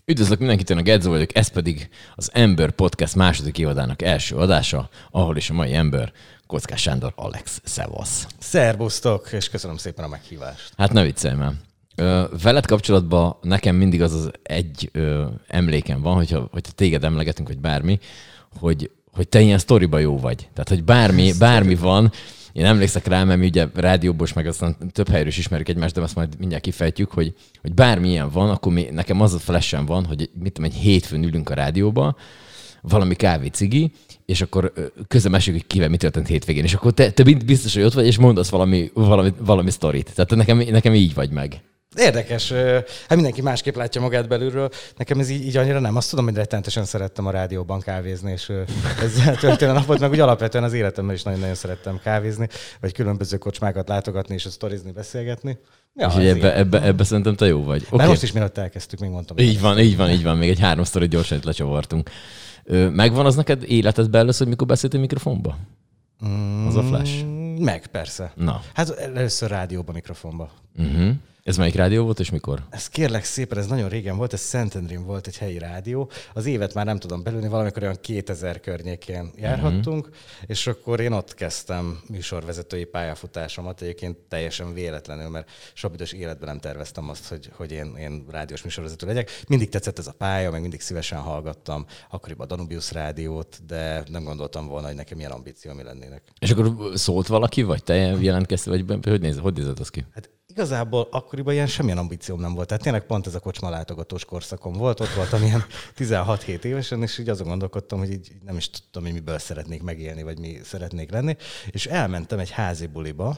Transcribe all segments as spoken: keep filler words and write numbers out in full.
Üdvözlök mindenkit, én a Gedzó vagyok, ez pedig az Ember Podcast második évadának első adása, ahol is a mai ember Kockás Sándor Alex. Szevasz! Szerbusztok, és köszönöm szépen a meghívást. Hát ne viccelj már. Veled kapcsolatban nekem mindig az az egy ö, emlékem van, hogyha, hogyha téged emlegetünk, vagy bármi, hogy, hogy te ilyen sztoriba jó vagy. Tehát, hogy bármi, bármi van, én emlékszek rá, mert mi ugye rádióból, meg aztán több helyről is ismerjük egymást, de azt majd mindjárt kifejtjük, hogy, hogy bármilyen van, akkor mi, nekem az a flashem van, hogy mit tudom, egy hétfőn ülünk a rádióba, valami kávé cigi, és akkor közben meséljük, hogy kivel mi történt hétvégén, és akkor te, te biztos, hogy ott vagy, és mondasz valami, valami, valami sztorit. Tehát nekem, nekem így vagy meg. Érdekes, hát mindenki másképp látja magát belülről. Nekem ez így, így annyira nem. Azt tudom, hogy rettenetesen szerettem a rádióban kávézni, és ezzel tölteni a napot, meg úgy alapvetően az életemben is nagyon-nagyon szerettem kávézni, vagy különböző kocsmákat látogatni, és sztorizni, beszélgetni. Ja, és ebbe, ebbe, ebbe szerintem te jó vagy. Okay. Mert most is mielőtt elkezdtük, még mondtam. Így van, így van, így van. Még egy három sztorit gyorsan itt lecsavartunk. Megvan az neked életedben először, hogy mikor beszéltél mikrofonba? Mm, az a flash? Meg, persze. Na. Hát először rádióba, mikrofonba. Uh-huh. Ez melyik rádió volt, és mikor? Ez kérlek szépen, ez nagyon régen volt, ez Szentendrén volt egy helyi rádió. Az évet már nem tudom belülni, valamikor olyan kétezer környékén járhattunk, uh-huh. és akkor én ott kezdtem műsorvezetői pályafutásomat, egyébként teljesen véletlenül, mert soha büdös életben nem terveztem azt, hogy, hogy én, én rádiós műsorvezető legyek. Mindig tetszett ez a pálya, meg mindig szívesen hallgattam akkoriban a Danubius rádiót, de nem gondoltam volna, hogy nekem ilyen ambíciómi lennének. És akkor szólt valaki, vagy te jelentkeztél, vagy hogy nézett, hogy nézett az ki? Hát igazából akkoriban ilyen semmilyen ambícióm nem volt. Tehát tényleg pont ez a kocsma látogatós korszakom volt. Ott voltam ilyen tizenhat-hét évesen, és így azon gondolkodtam, hogy így nem is tudtam, hogy miből szeretnék megélni, vagy mi szeretnék lenni. És elmentem egy házi buliba,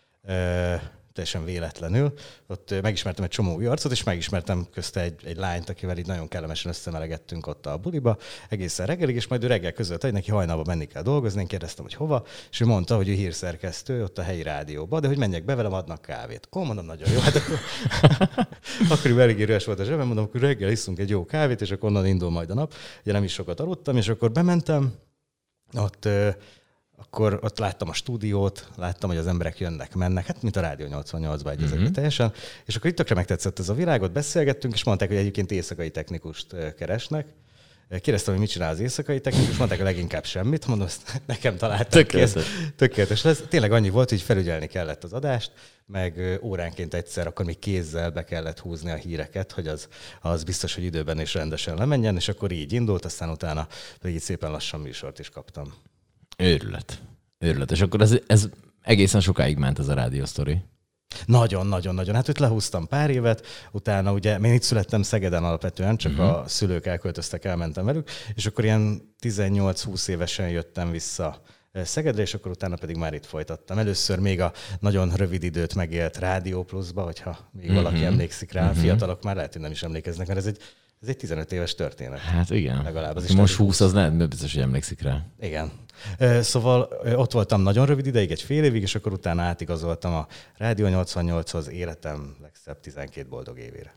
teljesen véletlenül. Ott megismertem egy csomó új arcot, és megismertem közte egy, egy lányt, akivel így nagyon kellemesen összemelegettünk ott a buliba, egészen reggelig, és majd ő reggel között, hogy neki hajnalba menni kell dolgozni, én kérdeztem, hogy hova, és ő mondta, hogy ő hírszerkesztő ott a helyi rádióba, de hogy menjek be velem, adnak kávét. Ó, mondom, nagyon jó. Hát akkor, akkor elég erős volt a zsebem, mondom, akkor reggel iszunk egy jó kávét, és akkor onnan indul majd a nap. Ugye nem is sokat aludtam, és akkor bementem, ott akkor ott láttam a stúdiót, láttam, hogy az emberek jönnek, mennek, hát mint a Rádió nyolcvannyolcban egy ezekben teljesen, és akkor itt tökre megtetszett ez a világot, beszélgettünk, és mondták, hogy egyébként éjszakai technikust keresnek. Kérdeztem, hogy mit csinál az éjszakai technikus, mondták, hogy leginkább semmit, mondom, azt nekem találtam. Tökéletes. Tökéletes lesz. Tényleg annyi volt, hogy felügyelni kellett az adást, meg óránként egyszer, akkor még kézzel be kellett húzni a híreket, hogy az, az biztos, hogy időben és rendesen lemenjen, és akkor így indult, aztán utána pedig így szépen lassan műsort is kaptam. Őrület. Őrület. És akkor ez, ez egészen sokáig ment ez a rádiósztori. Nagyon-nagyon-nagyon. Hát itt lehúztam pár évet, utána ugye, én itt születtem Szegeden alapvetően, csak uh-huh. a szülők elköltöztek, elmentem velük, és akkor ilyen tizennyolc-húsz évesen jöttem vissza Szegedre, és akkor utána pedig már itt folytattam. Először még a nagyon rövid időt megélt Rádió Pluszba, hogyha még uh-huh. valaki emlékszik rá, uh-huh. fiatalok már lehet, hogy nem is emlékeznek, mert ez egy Ez egy tizenöt éves történet. Hát igen. Legalább az is most húsz, az nem biztos, hogy emlékszik rá. Igen. Szóval ott voltam nagyon rövid ideig, egy fél évig, és akkor utána átigazoltam a Rádió nyolcvannyolchoz életem legszebb tizenkét boldog évére.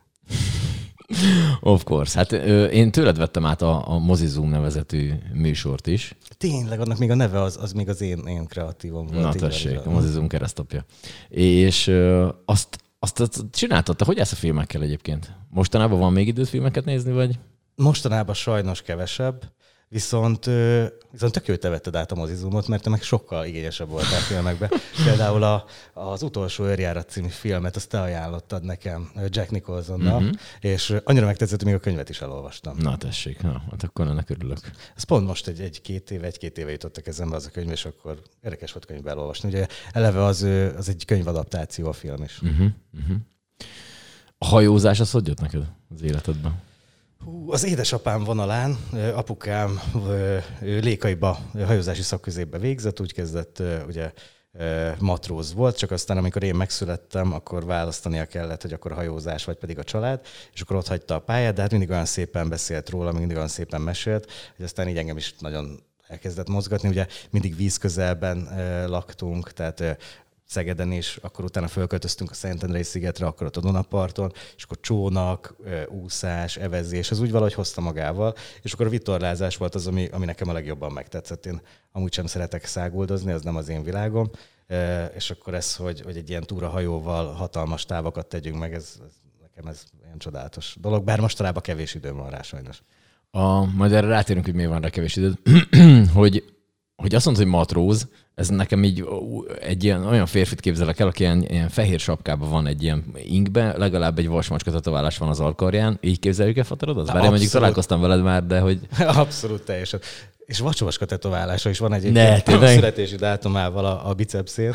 Of course. Hát én tőled vettem át a, a Mozizum nevezetű műsort is. Tényleg, annak még a neve az, az még az én, én kreatívom volt. Na tessék, a Mozizum keresztapja. És ö, azt Azt, azt csináltad, te hogy állsz a filmekkel egyébként? Mostanában van még időt filmeket nézni, vagy? Mostanában sajnos kevesebb, viszont, viszont tök jó, hogy te vetted át a Mozizumot, mert te meg sokkal igényesebb voltál filmekbe. Például a, az Utolsó őrjárat című filmet, azt te ajánlottad nekem Jack Nicholsonnal, uh-huh. és annyira megtetszett, hogy még a könyvet is elolvastam. Na tessék, na, hát akkor ennek örülök. Ez pont most egy, egy két éve, egy-két éve jutott a kezembe az a könyv, és akkor érdekes volt könyvbe elolvasni. Ugye eleve az, az egy könyvadaptáció a film is. Uh-huh, uh-huh. A hajózás az hogy jött neked az életedben? Hú, az édesapám vonalán, apukám ő Lékaiba hajózási szakközépbe végzett, úgy kezdett, ugye matróz volt, csak aztán amikor én megszülettem, akkor választania kellett, hogy akkor a hajózás, vagy pedig a család, és akkor ott hagyta a pályát, de hát mindig olyan szépen beszélt róla, mindig olyan szépen mesélt, hogy aztán így engem is nagyon elkezdett mozgatni. Ugye mindig vízközelben laktunk, tehát Szegeden is, akkor utána fölköltöztünk a Szentendrei szigetre, akkor ott a Dunaparton, és akkor csónak, úszás, evezés, az úgy valahogy hozta magával, és akkor a vitorlázás volt az, ami, ami nekem a legjobban megtetszett. Én amúgy sem szeretek száguldozni, az nem az én világom, és akkor ez, hogy, hogy egy ilyen túrahajóval hatalmas távokat tegyünk meg, ez, ez nekem ez ilyen csodálatos dolog, bár mostanában kevés időm van rá sajnos. A, majd erre rátérünk, hogy miért van rá kevés időd, hogy, hogy azt mondod, hogy matróz, ez nekem így egy ilyen, olyan férfit képzelek el, aki ilyen, ilyen fehér sapkában van egy ilyen inkbe, legalább egy vasmacska tetoválás van az alkarján. Így képzeljük el fotódat? Bár én mondjuk találkoztam veled már, de hogy... Abszolút teljesen. És vacsovacska tetoválása is van egyébként a születési dátumával a, a bicepszén.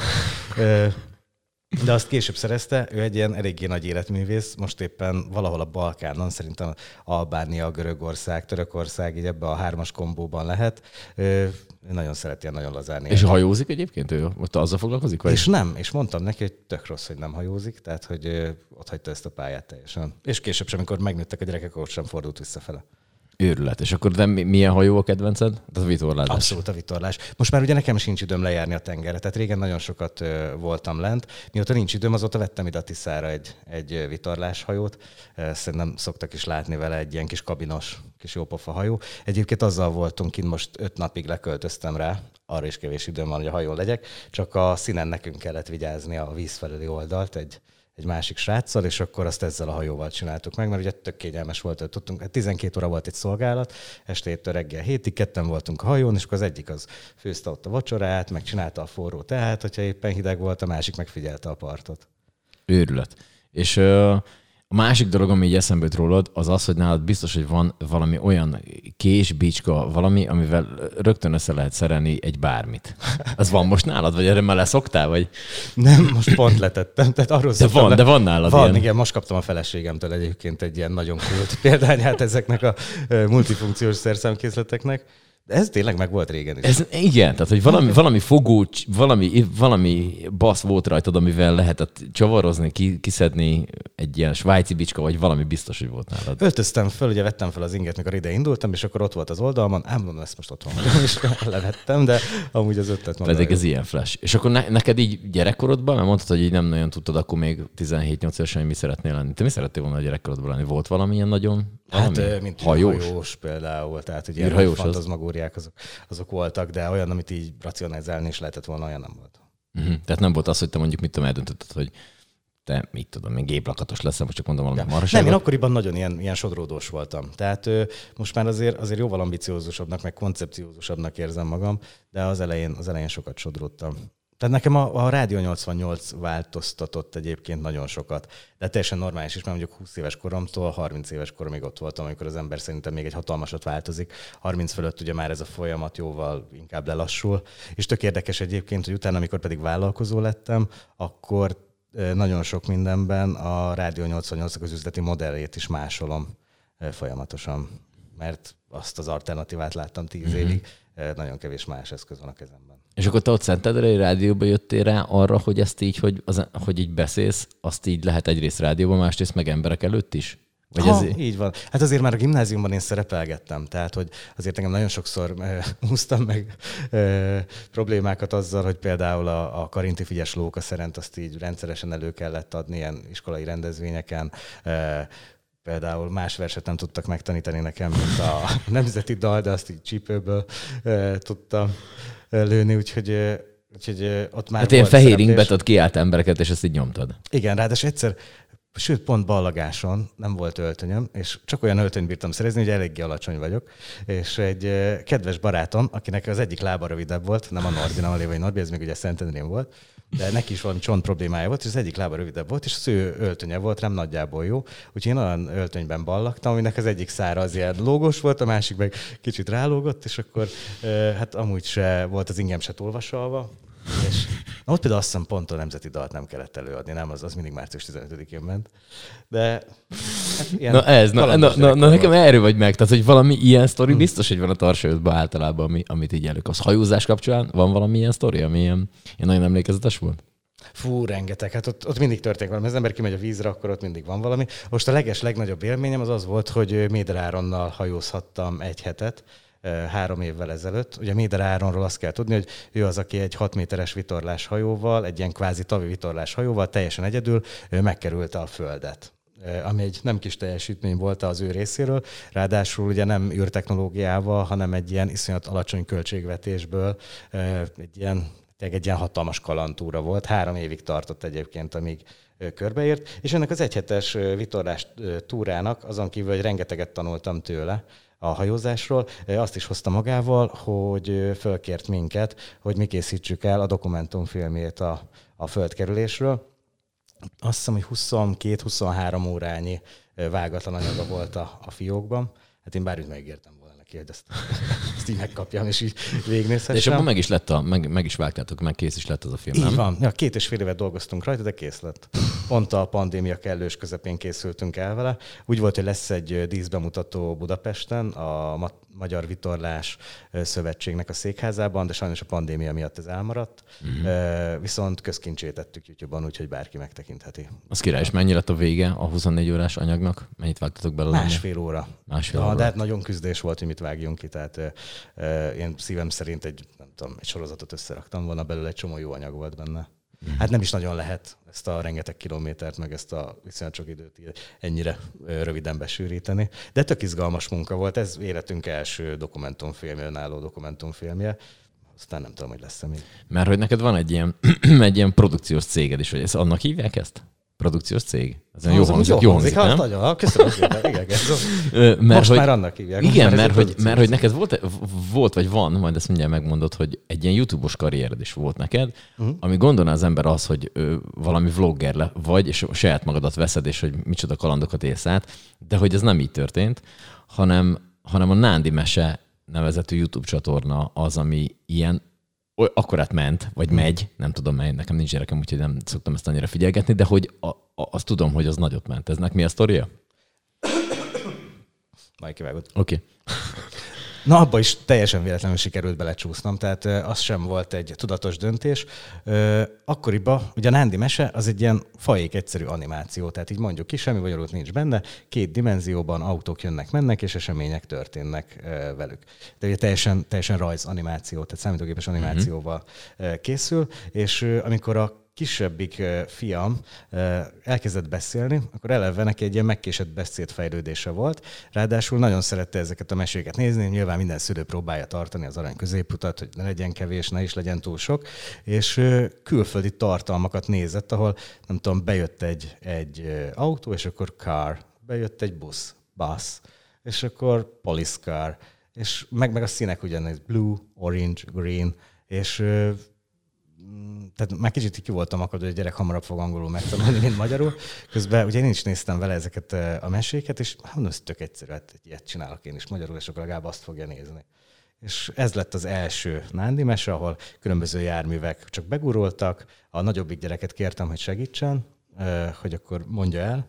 De azt később szerezte, ő egy ilyen eléggé nagy életművész, most éppen valahol a Balkánon, szerintem Albánia, Görögország, Törökország, így ebbe a hármas kombóban lehet. Ő nagyon szereti nagyon lazán. És hajózik egyébként ő? Ott azzal foglalkozik? Vagy? És nem, és mondtam neki, hogy tök rossz, hogy nem hajózik, tehát hogy ott hagyta ezt a pályát teljesen. És később sem, amikor megnőttek a gyerekek, ott sem fordult visszafele. Őrület. És akkor de milyen hajó a kedvenced? Az a vitorlázás. Abszolút a vitorlás. Most már ugye nekem sincs időm lejárni a tengerre, tehát régen nagyon sokat ö, voltam lent. Mióta nincs időm, azóta vettem ide a Tiszára egy, egy vitorláshajót. Szerintem szoktak is látni vele, egy ilyen kis kabinos, kis jópofa hajó. Egyébként azzal voltunk kint, most öt napig leköltöztem rá, arra is kevés időm van, hogy a hajón legyek, csak a színen nekünk kellett vigyázni a víz felüli oldalt, egy egy másik sráccal, és akkor azt ezzel a hajóval csináltuk meg, mert ugye tök kényelmes volt, hogy tudtunk, tizenkét óra volt egy szolgálat, este héttől reggel hétig, ketten voltunk a hajón, és akkor az egyik az főzte ott a vacsorát, meg csinálta a forró teát, hogyha éppen hideg volt, a másik megfigyelte a partot. Őrület. És uh, a másik dolog, ami így eszembe jut rólad, az az, hogy nálad biztos, hogy van valami olyan kés, bicska, valami, amivel rögtön össze lehet szerelni egy bármit. Az van most nálad? Vagy erre már leszoktál? Vagy? Nem, most pont letettem. Tehát arról de van, le... de van nálad van, ilyen. Igen, most kaptam a feleségemtől egyébként egy ilyen nagyon kult példányát ezeknek a multifunkciós szerszámkészleteknek. De ez tényleg meg volt régen is. Ez, igen, tehát hogy valami, valami fogó, valami, valami basz volt rajtad, amivel lehetett csavarozni, kiszedni egy ilyen svájci bicska, vagy valami biztos, hogy volt nálad. Öltöztem föl, ugye vettem fel az inget, mikor ide indultam, és akkor ott volt az oldalman, ám mondom, ezt most otthon vagyok, és levettem, de amúgy az ötlet maga. Pedig ez ilyen flash. És akkor ne, neked így gyerekkorodban, mert mondtad, hogy így nem nagyon tudtad, akkor még tizenhét-nyolc évesen, hogy mi szeretnél lenni. Te mi szerettél volna a gyerekkorodban lenni? Volt valamilyen nagyon valami? Hát, mint hajós? hajós például, tehát ugye ilyen fantazmagóriák azok, azok voltak, de olyan, amit így racionalizálni is lehetett volna, olyan nem volt. Uh-huh. Tehát nem volt az, hogy te mondjuk mit tudom, eldöntötted, hogy te, mit tudom, még géplakatos leszel, vagy csak mondom valami marhaságot. Nem, én akkoriban nagyon ilyen, ilyen sodródós voltam. Tehát ö, most már azért, azért jóval ambiciózusabbnak, meg koncepciózusabbnak érzem magam, de az elején, az elején sokat sodródtam. Tehát nekem a, a Rádió nyolcvannyolc változtatott egyébként nagyon sokat. De teljesen normális is, mert mondjuk húsz éves koromtól harminc éves koromig ott voltam, amikor az ember szerintem még egy hatalmasat változik. harminc fölött ugye már ez a folyamat jóval inkább lelassul. És tök érdekes egyébként, hogy utána, amikor pedig vállalkozó lettem, akkor nagyon sok mindenben a Rádió nyolcvannyolcnak az üzleti modellét is másolom folyamatosan. Mert azt az alternatívát láttam tíz mm-hmm. évig, nagyon kevés más eszköz van a kezemben. És akkor te ott Szentendrei rádióba jöttél rá arra, hogy ezt így, hogy, az, hogy így beszélsz, azt így lehet egyrészt rádióban, másrészt meg emberek előtt is? Vagy ha, ez... így van. Hát azért már a gimnáziumban én szerepelgettem, tehát hogy azért engem nagyon sokszor e, húztam meg e, problémákat azzal, hogy például a, a Karinti Figyes Lóka szerint azt így rendszeresen elő kellett adni ilyen iskolai rendezvényeken, e, például más verset nem tudtak megtanítani nekem, mint a nemzeti dal, de azt így csípőből e, tudtam lőni, úgyhogy, úgyhogy ott már hát ilyen fehér inkbe ott kiállt embereket, és ezt így nyomtad. Igen, ráadásul egyszer, sőt, pont ballagáson nem volt öltönyöm, és csak olyan öltönyt bírtam szerezni, hogy eléggé alacsony vagyok, és egy kedves barátom, akinek az egyik lába rövidebb volt, nem a Norbi, nem a Lévai Norbi, ez még ugye Szentendrén volt, de neki is valami csont problémája volt, és az egyik lába rövidebb volt, és az ő öltönye volt, nem nagyjából jó. Úgyhogy én olyan öltönyben ballagtam, aminek az egyik szára az ilyen lógós volt, a másik meg kicsit rálógott, és akkor hát amúgy se volt az ingem se tolvasalva. És na, ott például azt hiszem pont a nemzeti dalt nem kellett előadni, nem? Az, az mindig március tizenötödikén ment. De hát ilyen na ez, na, na, na, na nekem erről vagy meg, tehát hogy valami ilyen sztori hmm. biztos, hogy van a Tarsajodban általában, ami, amit így előkapsz. Hajózás kapcsán van valami ilyen sztori, ami ilyen, ilyen nagyon emlékezetes volt? Fú, rengeteg. Hát ott, ott mindig történik valami. Az ember kimegy a vízre, akkor ott mindig van valami. Most a leges, legnagyobb élményem az az volt, hogy Méder Áronnal hajózhattam egy hetet, három évvel ezelőtt. Ugye Méder Áronról azt kell tudni, hogy ő az, aki egy hat méteres vitorlás hajóval, egy ilyen kvázi tavi vitorlás hajóval teljesen egyedül megkerülte a Földet. Ami egy nem kis teljesítmény volt az ő részéről, ráadásul ugye nem űrtechnológiával, hanem egy ilyen iszonyat alacsony költségvetésből egy ilyen egy ilyen hatalmas kalandtúra volt. Három évig tartott egyébként, amíg körbeírt, és ennek az egyhetes vitorlás túrának, azon kívül, hogy rengeteget tanultam tőle a hajózásról, azt is hozta magával, hogy fölkért minket, hogy mi készítsük el a dokumentumfilmjét a, a földkerülésről. Azt hiszem, hogy huszonkettő-huszonhárom órányi vágatlan anyaga volt a, a fiókban. Hát én bármit megígértem volna neki, hogy ezt, ezt így megkapjam, és így végignézhessem. És akkor meg is lett, a, meg, meg is vágtátok, meg kész is lett az a film, nem? Így van. Ja, két és fél évet dolgoztunk rajta, de kész lett. Pont a pandémia kellős közepén készültünk el vele. Úgy volt, hogy lesz egy díszbemutató Budapesten, a Ma- Magyar Vitorlás Szövetségnek a székházában, de sajnos a pandémia miatt ez elmaradt. Mm-hmm. Viszont közkincsét tettük YouTube-on, úgyhogy bárki megtekintheti. Az király, és mennyi lett a vége a huszonnégy órás anyagnak? Mennyit vágtatok belőle? Másfél óra. Másfél ja, óra. De hát nagyon küzdés volt, hogy mit vágjunk ki, tehát uh, én szívem szerint egy, nem tudom, egy sorozatot összeraktam volna belőle, egy csomó jó anyag volt benne. Mm. Hát nem is nagyon lehet ezt a rengeteg kilométert, meg ezt a viszonylag sok időt ennyire röviden besűríteni. De tök izgalmas munka volt, ez életünk első dokumentumfilmje, önálló dokumentumfilmje. Aztán nem tudom, hogy lesz-e még. Mert hogy neked van egy ilyen, egy ilyen produkciós céged is, hogy ezt annak hívják ezt? Produkciós cég? Ez jó hangzik, jó hangzik, nem? Nagyon, köszönöm szépen. Igen, mert most hogy, már annak hívják. Igen, mert hogy, mert hogy neked volt, volt, vagy van, majd ezt mindjárt megmondod, hogy egy ilyen YouTube-os karriered is volt neked, uh-huh. ami gondolná az ember az, hogy ő, valami vlogger le vagy, és saját magadat veszed, és hogy micsoda kalandokat élsz át, de hogy ez nem így történt, hanem, hanem a Nándi Mese nevezetű YouTube csatorna az, ami ilyen akkorát ment, vagy megy, nem tudom, mert nekem nincs gyerekem, úgyhogy nem szoktam ezt annyira figyelgetni, de hogy a, a, azt tudom, hogy az nagyot ment. Eznek mi a sztoria? Majd kivágod. Oké. Okay. Na, abba is teljesen véletlenül sikerült belecsúsznom, tehát az sem volt egy tudatos döntés. Akkoriban, ugye a Nándi Mese az egy ilyen fajék egyszerű animáció, tehát így mondjuk ki, semmi bonyolult nincs benne, két dimenzióban autók jönnek, mennek, és események történnek velük. De ugye teljesen, teljesen rajz animáció, tehát számítógépes animációval uh-huh. készül, és amikor a kisebbik fiam elkezdett beszélni, akkor eleve neki egy ilyen megkésett beszédfejlődése volt. Ráadásul nagyon szerette ezeket a meséket nézni, nyilván minden szülő próbálja tartani az arany középutat, hogy ne legyen kevés, ne is legyen túl sok, és külföldi tartalmakat nézett, ahol nem tudom, bejött egy, egy autó, és akkor car, bejött egy busz, bus, és akkor police car, és meg, meg a színek ugyanez, blue, orange, green, és tehát már kicsit ki voltam akadva, hogy a gyerek hamarabb fog angolul megtanulni, mint magyarul. Közben ugye én is néztem vele ezeket a meséket, és hát mondom, ez tök egyszerű, hát egy ilyet csinálok én is magyarul, és akkor legalább azt fogja nézni. És ez lett az első Nándi Mese, ahol különböző járművek csak begurultak. A nagyobbik gyereket kértem, hogy segítsen, hogy akkor mondja el.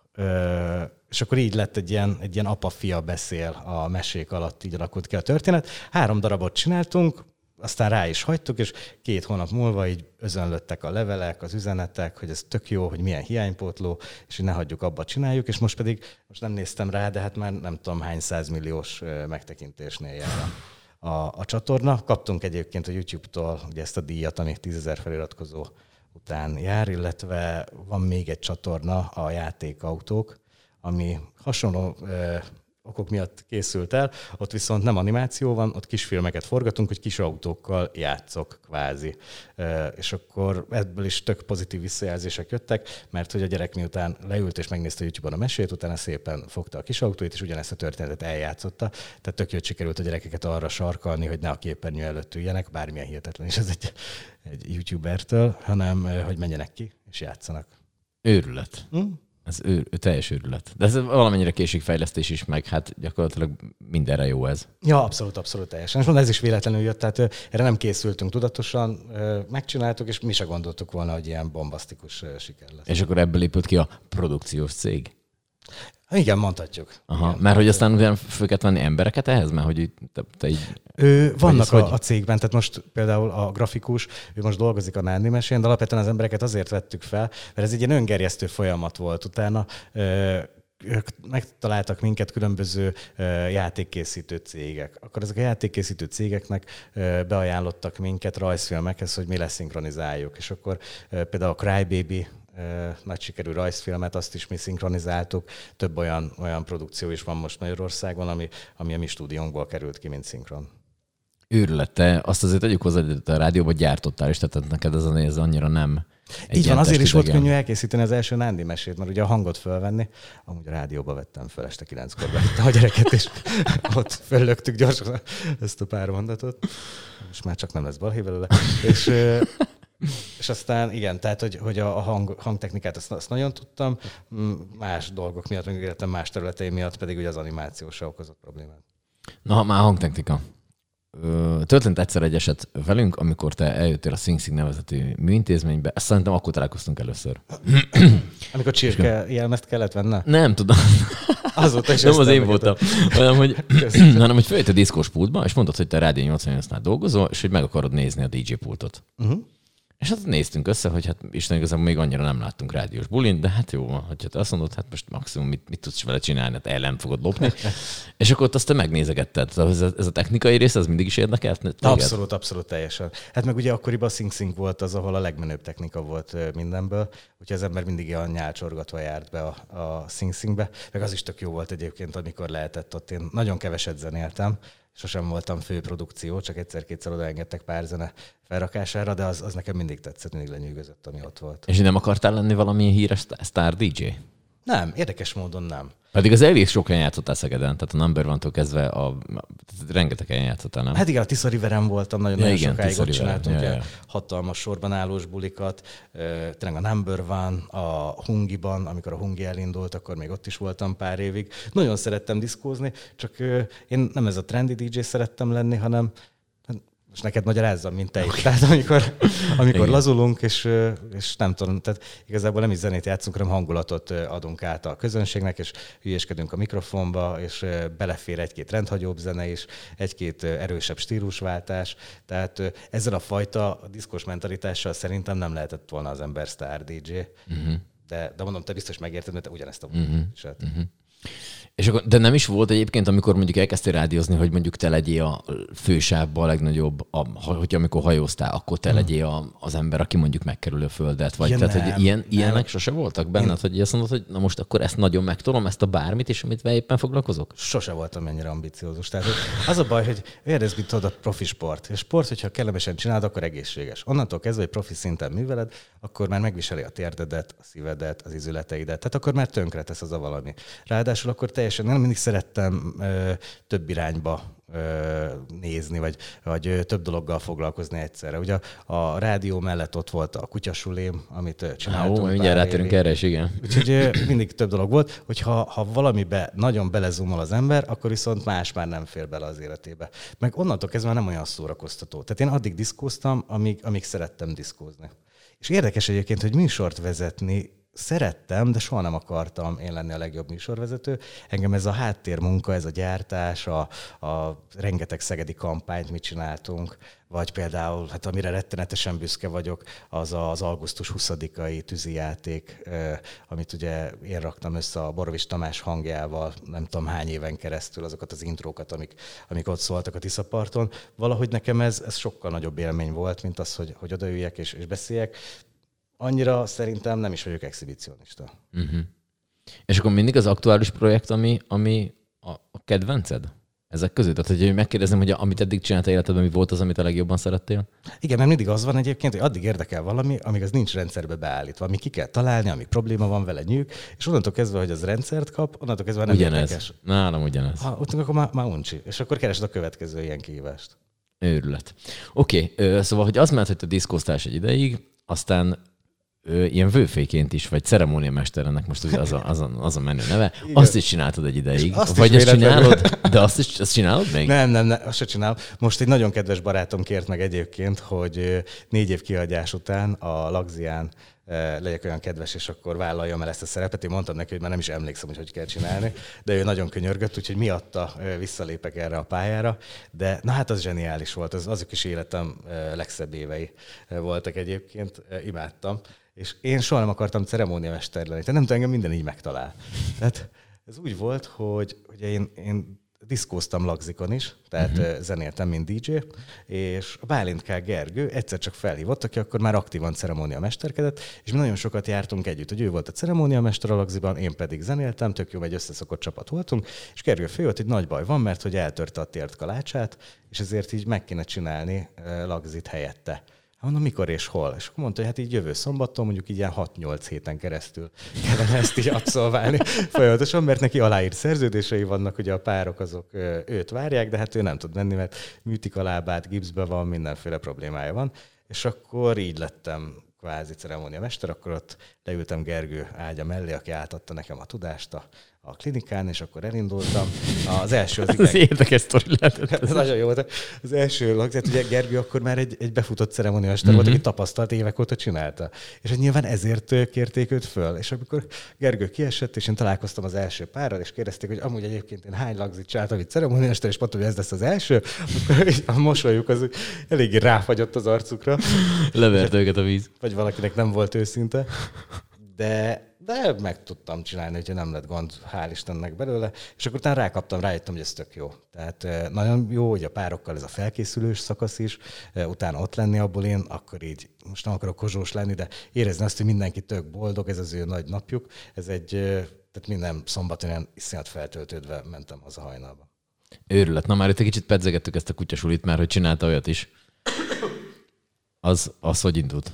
És akkor így lett egy ilyen, egy ilyen apa-fia beszél a mesék alatt, így alakult ki a történet. Három darabot csináltunk, aztán rá is hagytuk, és két hónap múlva így özönlöttek a levelek, az üzenetek, hogy ez tök jó, hogy milyen hiánypótló, és hogy ne hagyjuk abba, csináljuk, és most pedig, most nem néztem rá, de hát már nem tudom hány százmilliós megtekintésnél jár a, a, a csatorna. Kaptunk egyébként a YouTube-tól ugye ezt a díjat, ami tízezer feliratkozó után jár, illetve van még egy csatorna, a Játékautók, ami hasonló okok miatt készült el, ott viszont nem animáció van, ott kisfilmeket forgatunk, hogy kis autókkal játszok kvázi. És akkor ebből is tök pozitív visszajelzések jöttek, mert hogy a gyerek miután leült és megnézte a YouTube-on a mesét, utána szépen fogta a kis autóit, és ugyanezt a történetet eljátszotta. Tehát tök jót sikerült a gyerekeket arra sarkalni, hogy ne a képernyő előtt üljenek, bármilyen hihetetlen is ez egy, egy YouTubertől, hanem hogy menjenek ki és játszanak. Őrület. Hm? Ez ő, ő teljes őrület. De ez valamennyire készségfejlesztés is, meg hát gyakorlatilag mindenre jó ez. Ja, abszolút, abszolút teljesen. És mondom, ez is véletlenül jött, tehát erre nem készültünk tudatosan, megcsináltuk, és mi se gondoltuk volna, hogy ilyen bombasztikus siker lesz. És akkor ebből épült ki a produkciós cég? Igen, mondhatjuk. Aha, igen, mert hogy aztán ugyan föl kellett venni embereket ehhez, mert hogy te, te így... Ő, vannak a, a cégben, tehát most például a grafikus, ő most dolgozik a Nándi Mesén, de alapvetően az embereket azért vettük fel, mert ez egy ilyen öngerjesztő folyamat volt. Utána ö, ők megtaláltak minket különböző ö, játékkészítő cégek. Akkor ezek a játékkészítő cégeknek ö, beajánlottak minket rajzfilmekhez, hogy mi leszinkronizáljuk. És akkor ö, például a Crybaby nagy sikerű rajzfilmet, azt is mi szinkronizáltuk. Több olyan, olyan produkció is van most Magyarországon, ami, ami a mi stúdiónkból került ki, mint szinkron. Őrület, te azt azért tegyük hozzá, hogy a rádióban gyártottál is, tehát neked ez, ez annyira nem Így van, azért is volt könnyű elkészíteni az első Nándi mesét, mert ugye a hangot fölvenni, amúgy a rádióba vettem föl este kilenckor, vettem a gyereket, és ott föllöktük gyorsan ezt a pár mondatot. Most már csak nem lesz balhé belőle. És, és aztán igen, tehát, hogy, hogy a hang, hangtechnikát azt, azt nagyon tudtam, más dolgok miatt, meg életem más területei miatt pedig ugye az animációsra okozott problémát. Na, már hangtechnika. Történt egyszer egy eset velünk, amikor te eljöttél a Sing Sing nevezetű műintézménybe. Ezt szerintem akkor találkoztunk először. Amikor csirke jelmezt kellett venni? Nem tudom. Azóta is nem az én voltam. Hanem, hogy, hanem, hogy följött a diszkós pultba, és mondtad, hogy te Rádió nyolcvannyolcnál dolgozol, és hogy meg akarod nézni a dé dzsé pultot. Uh-huh. És hát néztünk össze, hogy hát Isten igazából még annyira nem láttunk rádiós bulint, de hát jó van, hogy te azt mondod, hát most maximum mit, mit tudsz vele csinálni, hát el nem fogod lopni. És akkor ott azt te megnézegetted. Ez a, ez a technikai rész, az mindig is érdekelt? Téged? Abszolút, abszolút teljesen. Hát meg ugye akkoriban a Sing Sing volt az, ahol a legmenőbb technika volt mindenből, úgyhogy az ember mindig a nyálcsorgatva járt be a, a Sing Singbe. Meg az is tök jó volt egyébként, amikor lehetett ott. Én nagyon keveset zenéltem, sosem voltam főprodukció, csak egyszer-kétszer odaengedtek pár zene felrakására, de az, az nekem mindig tetszett, mindig lenyűgözött, ami ott volt. És nem akartál lenni valamilyen híres sztár dé dzsé? Nem, érdekes módon nem. Pedig az elég sok helyen játszottál Szegeden, tehát a Number One-tól kezdve a, rengeteg helyen játszottál, nem? Hát igen, a Tisza Riveren voltam, nagyon-nagyon ja, igen, sokáig ott csináltunk ja, ja. hatalmas sorban állós bulikat, tényleg a Number One, a Hungiban, amikor a Hungi elindult, akkor még ott is voltam pár évig. Nagyon szerettem diszkózni, csak én nem ez a trendy dé dzsé szerettem lenni, hanem most neked magyarázzam, mint te is. Tehát amikor, amikor lazulunk, és, és nem tudom, tehát igazából nem is zenét játszunk, hanem hangulatot adunk át a közönségnek, és hülyéskedünk a mikrofonba, és belefér egy-két rendhagyóbb zene is, egy-két erősebb stílusváltás. Tehát ezzel a fajta diszkós mentalitással szerintem nem lehetett volna az ember sztár dé dzsé. Uh-huh. De, de mondom, te biztos megérted, mert te ugyanezt a uh-huh. uh-huh. És akkor, de nem is volt egyébként, amikor mondjuk elkezdtél rádiózni, hogy mondjuk te legyél a fősávba a legnagyobb, a, hogy amikor hajóztál, akkor te legyél a, az ember, aki mondjuk megkerül a földet, vagy ja, tehát, nem, hogy ilyen, nem. ilyenek sose voltak benned, Én... hogy azt mondod, hogy na most akkor ezt nagyon megtolom, ezt a bármit is, amit vele éppen foglalkozok? Sose voltam ennyire ambiciózus. Tehát az a baj, hogy érezd, mint tudod, a profi sport. És sport, hogyha kellemesen csinálod, akkor egészséges. Onnantól kezdve, hogy profi szinten műveled, akkor már megviseli a térdedet, a szívedet, az izületeidet. Tehát akkor már tönkre tesz az a valami. Ráadásul akkor teljesen nem mindig szerettem ö, több irányba ö, nézni, vagy, vagy ö, több dologgal foglalkozni egyszerre. Ugye a, a rádió mellett ott volt a kutyasulim, amit ö, csináltunk. Ó, mindjárt rátérünk erre is, igen. Úgyhogy ö, mindig több dolog volt, hogy ha, ha valamibe nagyon belezumol az ember, akkor viszont más már nem fér bele az életébe. Meg onnantól kezdve nem olyan szórakoztató. Tehát én addig diszkóztam, amíg, amíg szerettem diszkózni. És érdekes egyébként, hogy műsort vezetni szerettem, de soha nem akartam én lenni a legjobb műsorvezető. Engem ez a háttérmunka, ez a gyártás, a, a rengeteg szegedi kampányt mit csináltunk, vagy például, hát amire rettenetesen büszke vagyok, az az augusztus huszadikai tűzijáték, amit ugye én raktam össze a Borovics Tamás hangjával, nem tudom hány éven keresztül, azokat az intrókat, amik, amik ott szóltak a Tiszaparton. Valahogy nekem ez, ez sokkal nagyobb élmény volt, mint az, hogy, hogy odaüljek és, és beszéljek. Annyira szerintem nem is vagyok exhibicionista. Uh-huh. És akkor mindig az aktuális projekt, ami, ami a, a kedvenced? Ezek között? Tehát, hogy megkérdezem, hogy amit eddig csináltál életedben, mi volt az, amit a legjobban szerettél? Igen, mert mindig az van egyébként, hogy addig érdekel valami, amíg az nincs rendszerbe beállítva. Amíg ki kell találni, amíg probléma van vele, nyűg, és onnantól kezdve, hogy az rendszert kap, onnantól kezdve nem ugyanez. Érdekes. Nálam ugyanez. Ha, ott akkor már, már uncsi. És akkor keresd a következő ilyen kihívást. Őrület. Oké, okay, szóval, hogy az mert, hogy te diszkóztál egy ideig, aztán Ö, ilyen vőféként is, vagy ceremóniamester, ennek most az a, az a, az a menő neve. Igen. Azt is csináltad egy ideig. Vagy ezt csinálod, de azt is azt csinálod még? Nem, nem, nem, azt se csinálom. Most egy nagyon kedves barátom kért meg egyébként, hogy négy év kihagyás után a Lagzián legyek olyan kedves, és akkor vállaljam el ezt a szerepet. Én mondtam neki, hogy már nem is emlékszem, hogy hogy kell csinálni, de ő nagyon könyörgött, úgyhogy miatta visszalépek erre a pályára. De na hát az zseniális volt, az, azok is életem legszebb évei voltak egyébként, imádtam. És én soha nem akartam ceremóniamester lenni, tehát nem tudom, engem minden így megtalál. Tehát ez úgy volt, hogy ugye én, én diszkóztam Lagzikon is, tehát uh-huh. zenéltem, mint dé dzsé, és a Bálint K. Gergő egyszer csak felhívott, aki akkor már aktívan ceremóniamesterkedett, és mi nagyon sokat jártunk együtt, hogy ő volt a ceremóniamester a Lagziban, én pedig zenéltem, tök jó, egy összeszokott csapat voltunk, és Gergő följött, hogy nagy baj van, mert hogy eltörte a tért kalácsát, és ezért így meg kéne csinálni Lagzit helyette. Mondom, mikor és hol? És akkor mondta, hogy hát így jövő szombaton, mondjuk így ilyen hat-nyolc héten keresztül kellene ezt így abszolválni folyamatosan, mert neki aláírt szerződései vannak, ugye a párok azok őt várják, de hát ő nem tud menni, mert műtik a lábát, gipszbe van, mindenféle problémája van. És akkor így lettem kvázi ceremóniamester, akkor ott leültem Gergő ágya mellé, aki átadta nekem a tudást a, a klinikán, és akkor elindultam. Az első az, az érdekes sztori lehetett. Ez nagyon jó volt. Az első lagzát, ugye Gergő akkor már egy, egy befutott ceremóniamester mm-hmm. volt, aki tapasztalt évek óta csinálta. És hogy nyilván ezért kérték őt föl. És amikor Gergő kiesett, és én találkoztam az első párral, és kérdezték, hogy amúgy egyébként én hány lagzit csináltam itt ceremóniamester, és mondtam, hogy ez lesz az első, akkor a mosolyuk az eléggé ráfagyott az arcukra. Levert őket a víz. Vagy valakinek nem volt őszinte. De, de meg tudtam csinálni, hogyha nem lett gond, hál' Istennek belőle, és akkor utána rákaptam, rájöttem, hogy ez tök jó. Tehát nagyon jó, hogy a párokkal ez a felkészülős szakasz is, utána ott lenni abból én, akkor így, most nem akarok kozsós lenni, de érezni azt, hogy mindenki tök boldog, ez az ő nagy napjuk, ez egy, tehát minden szombaton ilyen iszonyat feltöltődve mentem haza hajnalba. Őrület. Na már itt egy kicsit pedzegettük ezt a kutyasulit, mert hogy csinálta olyat is. Az, az hogy indult?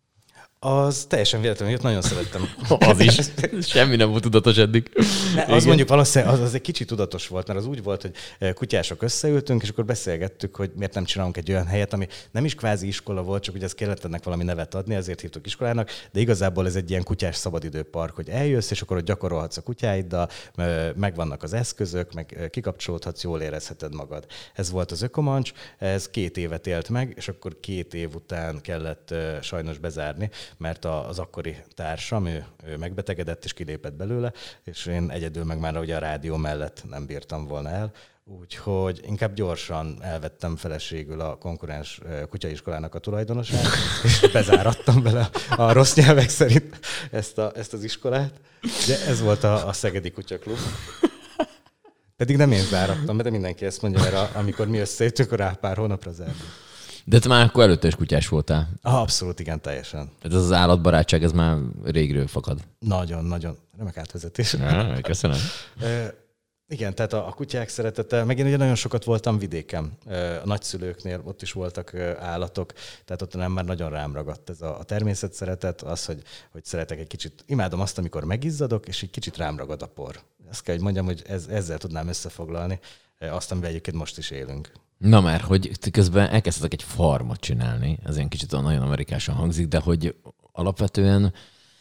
Az teljesen véletlenül jött, nagyon szerettem. Az is. Semmi nem volt tudatos eddig. Ne, az mondjuk valószínűleg az, az egy kicsit tudatos volt, mert az úgy volt, hogy kutyások összeültünk, és akkor beszélgettük, hogy miért nem csinálunk egy olyan helyet, ami nem is kvázi iskola volt, csak ugye ez kellett ennek valami nevet adni, ezért hívtuk iskolának, de igazából ez egy ilyen kutyás szabadidőpark, hogy eljössz, és akkor ott gyakorolhatsz a kutyáiddal, megvannak az eszközök, meg kikapcsolódhatsz, jól érezheted magad. Ez volt az Ökomancs, ez két évet élt meg, és akkor két év után kellett sajnos bezárni, mert az akkori társam, ő, ő megbetegedett és kilépett belőle, és én egyedül meg már ugye a rádió mellett nem bírtam volna el, úgyhogy inkább gyorsan elvettem feleségül a konkurens kutyaiskolának a tulajdonosát, és bezárattam bele a rossz nyelvek szerint ezt, a, ezt az iskolát. De ez volt a, a Szegedi Kutyaklub. Pedig nem én zárattam, de mindenki ezt mondja, mert a, amikor mi összejöttünk, rá pár hónapra zártunk. De te már akkor előtte is kutyás voltál. Ah, abszolút, igen, teljesen. Ez az állatbarátság, ez már régről fakad. Nagyon, nagyon. Remek átvezetés. Ja, köszönöm. e, igen, tehát a, a kutyák szeretete, meg én ugye nagyon sokat voltam vidéken. A nagyszülőknél ott is voltak állatok, tehát ott nem már nagyon rám ragadt ez a, a természet szeretet, az, hogy, hogy szeretek egy kicsit, imádom azt, amikor megizzadok, és egy kicsit rám ragad a por. Ezt kell, hogy mondjam, hogy ez, ezzel tudnám összefoglalni azt, amivel egyébként most is élünk. Na már, hogy közben elkezdtetek egy farmot csinálni, ez ilyen kicsit nagyon amerikásan hangzik, de hogy alapvetően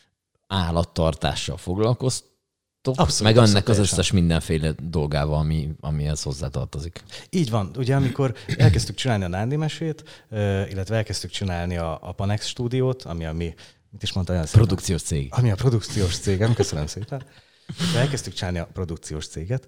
állattartással foglalkoztok, abszolút, meg annak az összes mindenféle dolgával, ami, amihez hozzátartozik. Így van. Ugye amikor elkezdtük csinálni a Nándi mesét, illetve elkezdtük csinálni a, a Panex stúdiót, ami a mi, mit is mondta, olyan produkciós cég. Ami a produkciós cégem, köszönöm szépen. De elkezdtük csinálni a produkciós céget,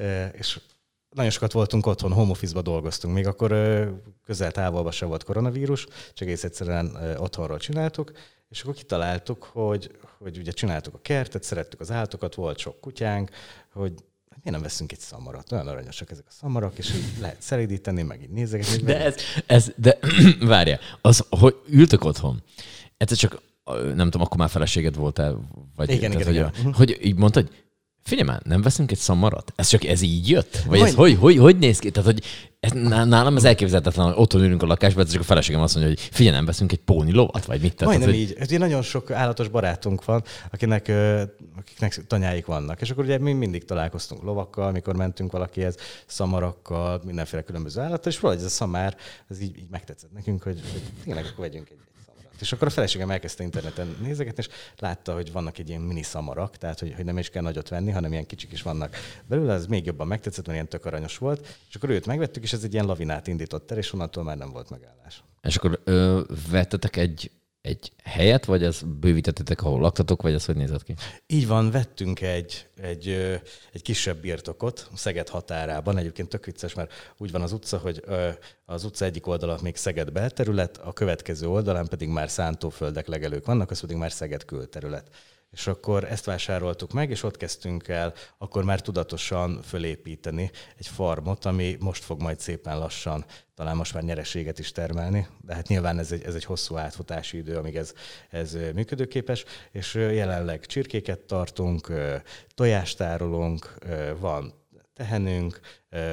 és nagyon sokat voltunk otthon, home office-ba dolgoztunk. Még akkor közel távolban sem volt koronavírus, csak egész egyszerűen otthonról csináltuk, és akkor kitaláltuk, hogy, hogy ugye csináltuk a kertet, szerettük az állatokat, volt sok kutyánk, hogy miért nem veszünk egy szamarat? Nagyon aranyosak ezek a szamarak, és így lehet szelídíteni, meg így nézegetni. De ez, ez de várjál, az, hogy ültök otthon, ez csak, nem tudom, akkor már feleséged voltál? Vagy igen, tehát, igen, hogy, igen. A, hogy így mondtad, hogy figyelj már, nem veszünk egy szamarat? Ez csak ez így jött? Vagy ez hogy, hogy, hogy néz ki? Tehát, hogy ez, nálam ez elképzelhetetlen, hogy otthon ülünk a lakásban, ez csak a feleségem azt mondja, hogy figyelj, nem veszünk egy póni lovat, vagy mit? Tehát, majdnem hogy... így. Ugye nagyon sok állatos barátunk van, akinek, akiknek tanyáik vannak. És akkor ugye mi mindig találkoztunk lovakkal, mikor mentünk valakihez, szamarakkal, mindenféle különböző állattal, és valahogy ez a szamár, ez így, így megtetszett nekünk, hogy, hogy tényleg akkor vegyünk egy és akkor a feleségem elkezdte interneten nézegetni, és látta, hogy vannak egy ilyen mini szamarak, tehát hogy, hogy nem is kell nagyot venni, hanem ilyen kicsik is vannak belőle, ez még jobban megtetszett, mert ilyen tök aranyos volt, és akkor őt megvettük, és ez egy ilyen lavinát indított el, és onnantól már nem volt megállás. És akkor ö, vettetek egy, egy helyet, vagy ez bővítettetek, ahol laktatok, vagy ez hogy nézett ki? Így van, vettünk egy, egy, egy kisebb birtokot Szeged határában. Egyébként tök vicces, mert úgy van az utca, hogy az utca egyik oldala még Szeged belterület, a következő oldalán pedig már szántóföldek, legelők vannak, az pedig már Szeged külterület. És akkor ezt vásároltuk meg, és ott kezdtünk el akkor már tudatosan fölépíteni egy farmot, ami most fog majd szépen lassan, talán most már nyereséget is termelni, de hát nyilván ez egy, ez egy hosszú átfutási idő, amíg ez, ez működőképes, és jelenleg csirkéket tartunk, tojást tárolunk, van tehenünk,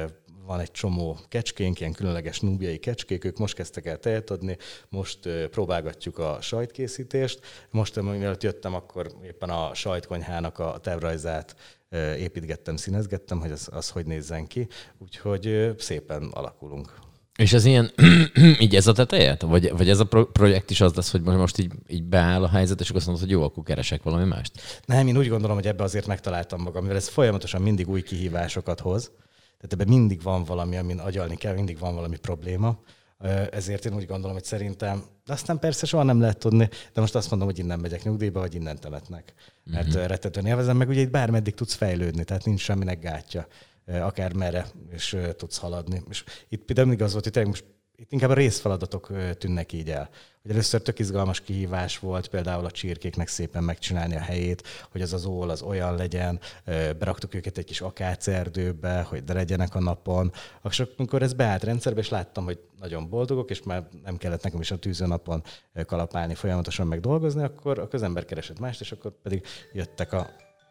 van egy csomó kecskénk, ilyen különleges núbiai kecskék, ők most kezdtek el tejet adni, most próbálgatjuk a sajtkészítést. Most, mielőtt jöttem, akkor éppen a sajtkonyhának a tervrajzát építgettem, színezgettem, hogy az, az hogy nézzen ki, úgyhogy szépen alakulunk. És ez ilyen, így ez a teteje? Vagy, vagy ez a pro- projekt is az lesz, hogy most így, így beáll a helyzet, és akkor azt mondod, hogy jó, akkor keresek valami mást? Nem, én úgy gondolom, hogy ebbe azért megtaláltam magam, mivel ez folyamatosan mindig új kihívásokat hoz. Tehát ebben mindig van valami, amin agyalni kell, mindig van valami probléma. Ezért én úgy gondolom, hogy szerintem, de aztán persze soha nem lehet tudni, de most azt mondom, hogy innen megyek nyugdíjba, vagy innen temetnek. Mert uh-huh. rettetően élvezem, meg ugye itt bármeddig tudsz fejlődni, tehát nincs semminek gátja. Akár merre, és tudsz haladni. És itt például mindig az volt, hogy tényleg most itt inkább a részfeladatok tűnnek így el. Hogy először tök izgalmas kihívás volt például a csirkéknek szépen megcsinálni a helyét, hogy az az ól az olyan legyen, beraktuk őket egy kis akácerdőbe, hogy de legyenek a napon. Akkor amikor ez beállt rendszerbe, és láttam, hogy nagyon boldogok, és már nem kellett nekem is a tűzőnapon kalapálni, folyamatosan meg dolgozni, akkor az ember keresett mást, és akkor pedig jöttek a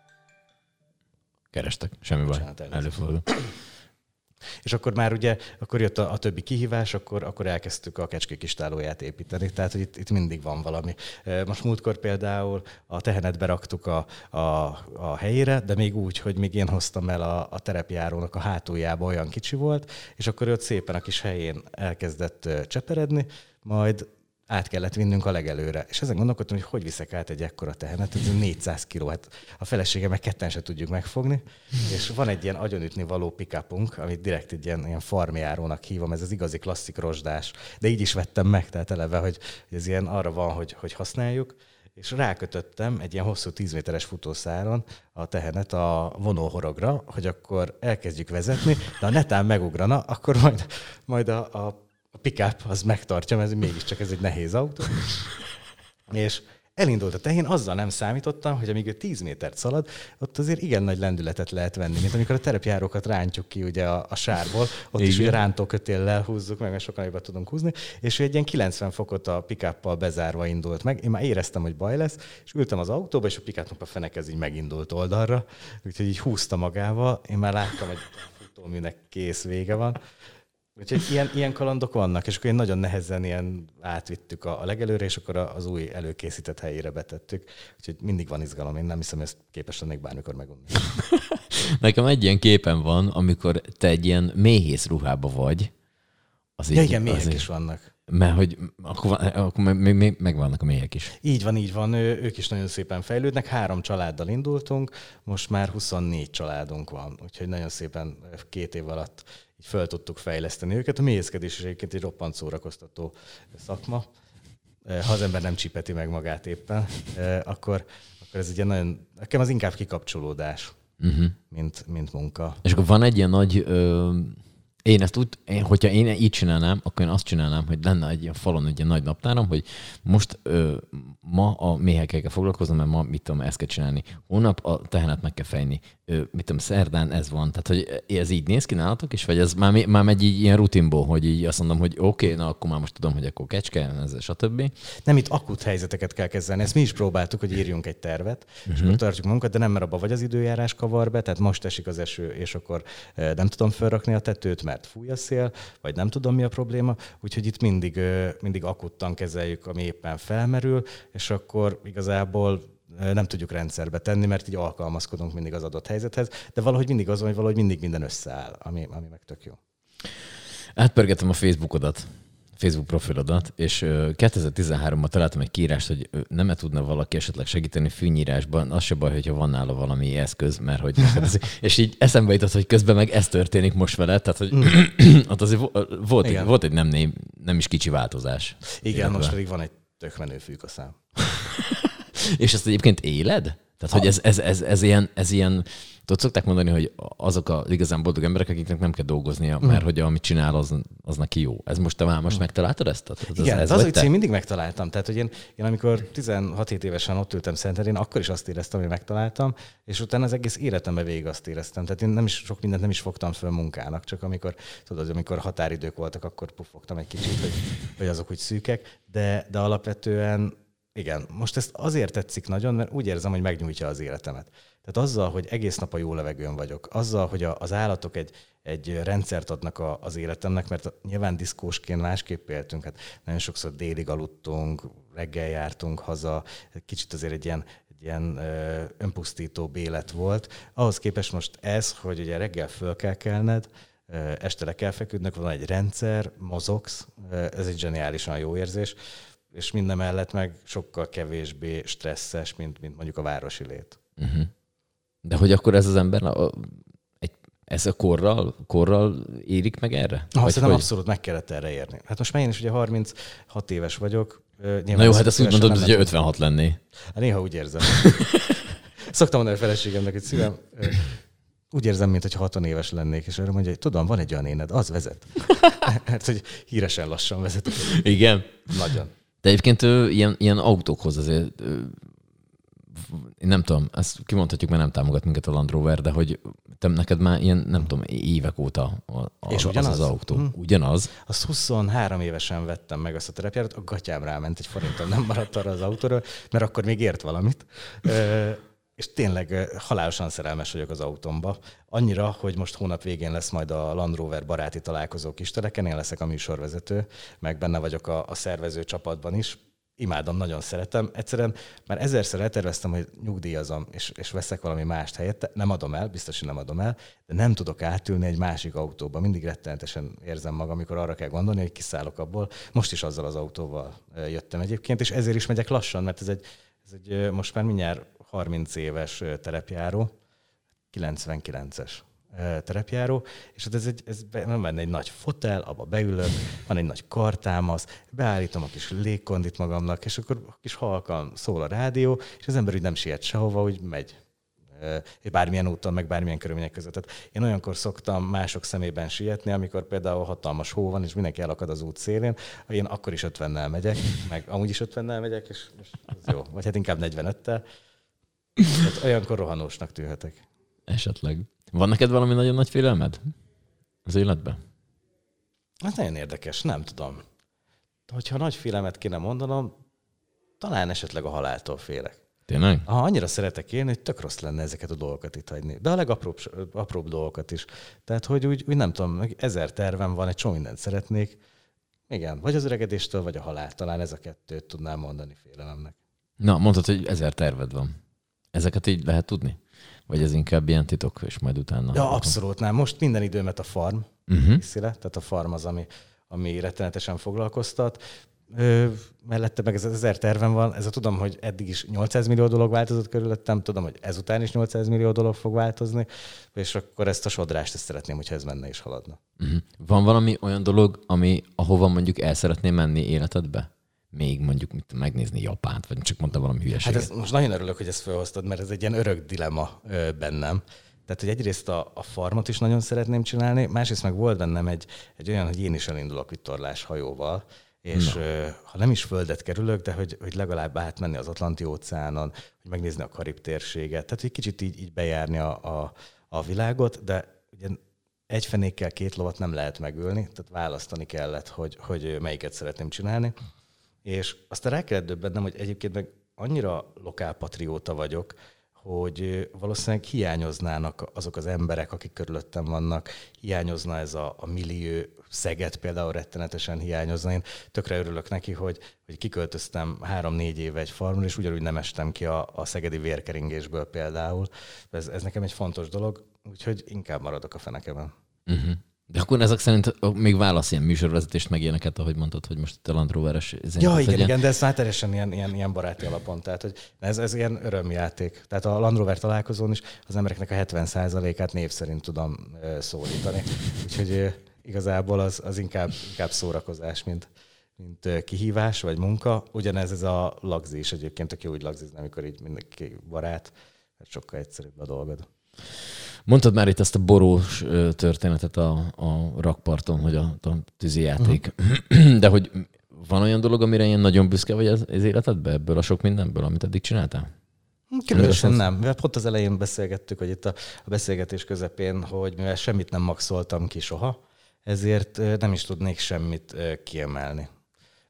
Kerestek, semmi baj, előfordul. És akkor már ugye, akkor jött a, a többi kihívás, akkor, akkor elkezdtük a kecskék istálóját építeni, tehát hogy itt, itt mindig van valami. Most múltkor például a tehenet beraktuk a, a, a helyére, de még úgy, hogy még én hoztam el a, a terepjárónak a hátuljába, olyan kicsi volt, és akkor ott szépen a kis helyén elkezdett cseperedni, majd át kellett vinnünk a legelőre. És ezen gondolkodtam, hogy hogy viszek át egy ekkora tehenet, ez négyszáz kiló, hát a felesége meg ketten se tudjuk megfogni. És van egy ilyen agyonütni való pick-upunk, amit direkt egy ilyen, ilyen farmjárónak hívom, ez az igazi klasszik rozsdás. De így is vettem meg, tehát eleve, hogy, hogy ez ilyen arra van, hogy, hogy használjuk. És rákötöttem egy ilyen hosszú tíz méteres futószáron a tehenet a vonóhorogra, hogy akkor elkezdjük vezetni, de ha netán megugrana, akkor majd, majd a, a A pick-up az megtartja, mert ez mégiscsak ez egy nehéz autó. És elindult a tehén, azzal nem számítottam, hogy amíg ő tíz métert szalad, ott azért igen nagy lendületet lehet venni, mint amikor a terepjárókat rántjuk ki ugye a, a sárból, ott igen. is ugye rántókötéllel húzzuk meg, mert sokan jobban tudunk húzni, és ő egy ilyen kilencven fokot a pick-uppal bezárva indult meg. Én már éreztem, hogy baj lesz, és ültem az autóba, és a pick-upnak a fenekez így megindult oldalra, úgyhogy így húzta magával. Én már láttam, hogy a futóműnek kész vége van. Úgyhogy ilyen, ilyen kalandok vannak, és akkor én nagyon nehezen ilyen átvittük a, a legelőre, és akkor az új előkészített helyére betettük. Úgyhogy mindig van izgalom, én nem hiszem, hogy ezt képes lennék bármikor megunni. Nekem egy ilyen képen van, amikor te egy ilyen méhész ruhába vagy. Az ja, így, igen, méhek azért, is vannak. Mert hogy akkor, akkor még, még megvannak a méhek is. Így van, így van. Ő, ők is nagyon szépen fejlődnek. Három családdal indultunk, most már huszonnégy családunk van. Úgyhogy nagyon szépen két év alatt így föl tudtuk fejleszteni őket. A méhészkedés is egyébként egy roppant szórakoztató szakma. Ha az ember nem csipeti meg magát éppen, akkor, akkor ez egy ilyen nagyon, nekem az inkább kikapcsolódás, uh-huh. mint, mint munka. És akkor van egy ilyen nagy... Ö... Én ezt úgy, én, hogyha én így csinálnám, akkor én azt csinálnám, hogy lenne egy ilyen falon egy ilyen nagy naptáram, hogy most ö, ma a méhekkel kell foglalkoznom, mert ma mit tudom, ezt kell csinálni. Hónap a tehenet meg kell fejni. Ö, mit tudom, szerdán ez van. Tehát, hogy ez így néz ki nálatok is, vagy ez már, már megy így ilyen rutinból, hogy így azt mondom, hogy oké, okay, na akkor már most tudom, hogy akkor kecske, ez stb. Nem, itt akut helyzeteket kell kezelni. Ezt mi is próbáltuk, hogy írjunk egy tervet, uh-huh. és akkor tartjuk magunkat, de nem, mert abban vagy az időjárás kavar be, tehát most esik az eső, és akkor nem tudom felrakni a tetőt, mert fúj a szél, vagy nem tudom, mi a probléma. Úgyhogy itt mindig, mindig akuttan kezeljük, ami éppen felmerül, és akkor igazából nem tudjuk rendszerbe tenni, mert így alkalmazkodunk mindig az adott helyzethez, de valahogy mindig az van, hogy valahogy mindig minden összeáll, ami, ami meg tök jó. Átpörgettem a Facebookodat, Facebook profilodat, és kétezer-tizenháromban találtam egy kiírást, hogy nem tudna valaki esetleg segíteni fűnyírásban, az se baj, hogyha van nála valami eszköz, mert hogy... és így eszembe jutott, hogy közben meg ez történik most veled, tehát hogy ott azért volt egy, volt egy nem, nem, nem is kicsi változás. Igen, illetve. Most pedig van egy tök menő fűkaszám. És ezt egyébként éled? Tehát, hogy ez, ez, ez, ez, ilyen, ez ilyen, tudod, szokták mondani, hogy azok az igazán boldog emberek, akiknek nem kell dolgoznia, mert mm. hogy amit csinál, az, az neki jó. Ez most te már most mm. megtaláltad ezt? Tehát, az, igen, ez az, hogy én mindig megtaláltam. Tehát, hogy én, én amikor tizenhat évesen ott ültem Szentendrén, akkor is azt éreztem, hogy megtaláltam, és utána az egész életemben végig azt éreztem. Tehát én nem is, sok mindent nem is fogtam föl munkának, csak amikor, tudod, amikor határidők voltak, akkor puffogtam egy kicsit, hogy, hogy azok úgy szűkek, de, de alapvetően igen, most ezt azért tetszik nagyon, mert úgy érzem, hogy megnyújtja az életemet. Tehát azzal, hogy egész nap a jó levegőn vagyok, azzal, hogy a, az állatok egy, egy rendszert adnak a, az életemnek, mert nyilván diszkósként másképp éltünk, hát nagyon sokszor délig aludtunk, reggel jártunk haza, kicsit azért egy ilyen, egy ilyen ö, önpusztító élet volt. Ahhoz képest most ez, hogy ugye reggel föl kell kelned, ö, este le kell feküdnök, van egy rendszer, mozogsz, ö, ez egy zseniálisan jó érzés, és minden mellett meg sokkal kevésbé stresszes, mint, mint mondjuk a városi lét. Uh-huh. De hogy akkor ez az ember, a, egy, ez a korral, korral érik meg erre? Ah, szerintem hogy... abszolút meg kellett erre érni. Hát most már én is ugye harminchat éves vagyok. Na jó, hát azt úgy mondod, hogy ugye ötvenhat lenné. Hát néha úgy érzem. Szoktam mondani a feleségemnek, hogy szívem, úgy érzem, mintha hatvan éves lennék, és arra mondja, hogy tudom, van egy olyan éned, az vezet. Hát, hogy híresen lassan vezetek. Igen? Nagyon. De egyébként ő, ilyen, ilyen autókhoz azért, ő, én nem tudom, ezt kimondhatjuk, mert nem támogat minket a Land Rover, de hogy te neked már ilyen, nem tudom, évek óta a, a, és az az autó. Hmm. Ugyanaz? Azt huszonhárom évesen vettem meg azt a terepjárat, a gatyám ráment, egy forinton nem maradt arra az autóról, mert akkor még ért valamit. És tényleg halálosan szerelmes vagyok az autómba. Annyira, hogy most hónap végén lesz majd a Land Rover baráti találkozó Kisteleken, én leszek a műsorvezető, meg benne vagyok a, a szervező csapatban is. Imádom, nagyon szeretem. Egyszerűen már ezerszer elterveztem, hogy nyugdíjazom, és, és veszek valami mást helyette. Nem adom el, biztos, hogy nem adom el, de nem tudok átülni egy másik autóba. Mindig rettenetesen érzem magam, amikor arra kell gondolni, hogy kiszállok abból. Most is azzal az autóval jöttem egyébként, és ezért is megyek lassan, mert ez egy, ez egy most már mindjárt harminc éves terepjáró, kilencvenkilences terepjáró, és hát ez, egy, ez van benne egy nagy fotel, abba beülök, van egy nagy kartámasz, beállítom a kis légkondit magamnak, és akkor kis halkan szól a rádió, és az ember úgy nem siet sehova, úgy megy. Bármilyen úton, meg bármilyen körülmények között. Tehát én olyankor szoktam mások szemében sietni, amikor például hatalmas hó van, és mindenki elakad az út szélén, én akkor is ötvennel megyek, meg amúgy is ötvennel megyek, és ez jó. Vagy hát inkább negyvenöttel. Tehát olyankor rohanósnak tűnhetek. Esetleg. Van neked valami nagyon nagy félelmed az életben? Ez nagyon érdekes, nem tudom. Hogyha nagy félelmet kéne mondanom, talán esetleg a haláltól félek. Tényleg? Ha annyira szeretek élni, hogy tök rossz lenne ezeket a dolgokat itt hagyni. De a legapróbb apróbb dolgokat is. Tehát, hogy úgy, úgy nem tudom, ezer tervem van, egy csomó mindent szeretnék. Igen, vagy az öregedéstől, vagy a halál. Talán ez a kettőt tudnám mondani félelemnek. Na, mondtad, hogy ezer terved van. Ezeket így lehet tudni? Vagy ez inkább ilyen titok, és majd utána... Ja, abszolút nem. Most minden időmet a farm uh-huh. viszi le. Tehát a farm az, ami, ami rettenetesen foglalkoztat. Ö, mellette meg ez az ezer tervem van. Ez a tudom, hogy eddig is nyolcszáz millió dolog változott körülöttem. Tudom, hogy ezután is nyolcszáz millió dolog fog változni. És akkor ezt a sodrást ezt szeretném, hogyha ez menne és haladna. Uh-huh. Van valami olyan dolog, ami ahova mondjuk el szeretném menni életedbe? Még mondjuk mit, megnézni Japánt, vagy csak mondtam valami hülyeséget. Hát ez, most nagyon örülök, hogy ezt felhoztad, mert ez egy ilyen örök dilema bennem. Tehát, hogy egyrészt a, a farmot is nagyon szeretném csinálni, másrészt meg volt bennem egy, egy olyan, hogy én is elindulok vitorlás hajóval, és no. ha nem is földet kerülök, de hogy, hogy legalább átmenni az Atlanti-óceánon, hogy megnézni a Karib térséget, tehát hogy kicsit így, így bejárni a, a, a világot, de ugye egy fenékkel két lovat nem lehet megölni, tehát választani kellett, hogy, hogy melyiket szeretném csinálni. És aztán rá kellett döbbennem, hogy egyébként meg annyira lokálpatrióta vagyok, hogy valószínűleg hiányoznának azok az emberek, akik körülöttem vannak, hiányozna ez a, a millió, Szeged például rettenetesen hiányozna. Én tökre örülök neki, hogy, hogy kiköltöztem három-négy éve egy farmra, és ugyanúgy nem estem ki a, a szegedi vérkeringésből például. Ez, ez nekem egy fontos dolog, úgyhogy inkább maradok a fenekeben. Uh-huh. De akkor ezek szerint még válasz ilyen műsorvezetést meg ilyeneket, ahogy mondtad, hogy most a Land Rover-es... Ja, igen, igen, de ez már teljesen ilyen, ilyen, ilyen baráti alapon. Tehát, hogy ez, ez ilyen örömjáték. Tehát a Land Rover találkozón is az embereknek a hetven százalékát név szerint tudom szólítani. Úgyhogy igazából az, az inkább, inkább szórakozás, mint, mint kihívás vagy munka. Ugyanez ez a lagzi is egyébként, aki úgy lagzizni, amikor így mindenki barát, mert sokkal egyszerűbb a dolgod. Mondtad már itt ezt a borós történetet a, a rakparton, hogy a, a tűzijáték. Uh-huh. De hogy van olyan dolog, amire ilyen nagyon büszke vagy az, az életedben, ebből a sok mindenből, amit eddig csináltál? Különösen nem. Mivel pont az elején beszélgettük, hogy itt a, a beszélgetés közepén, hogy mivel semmit nem maxoltam ki soha, ezért nem is tudnék semmit kiemelni.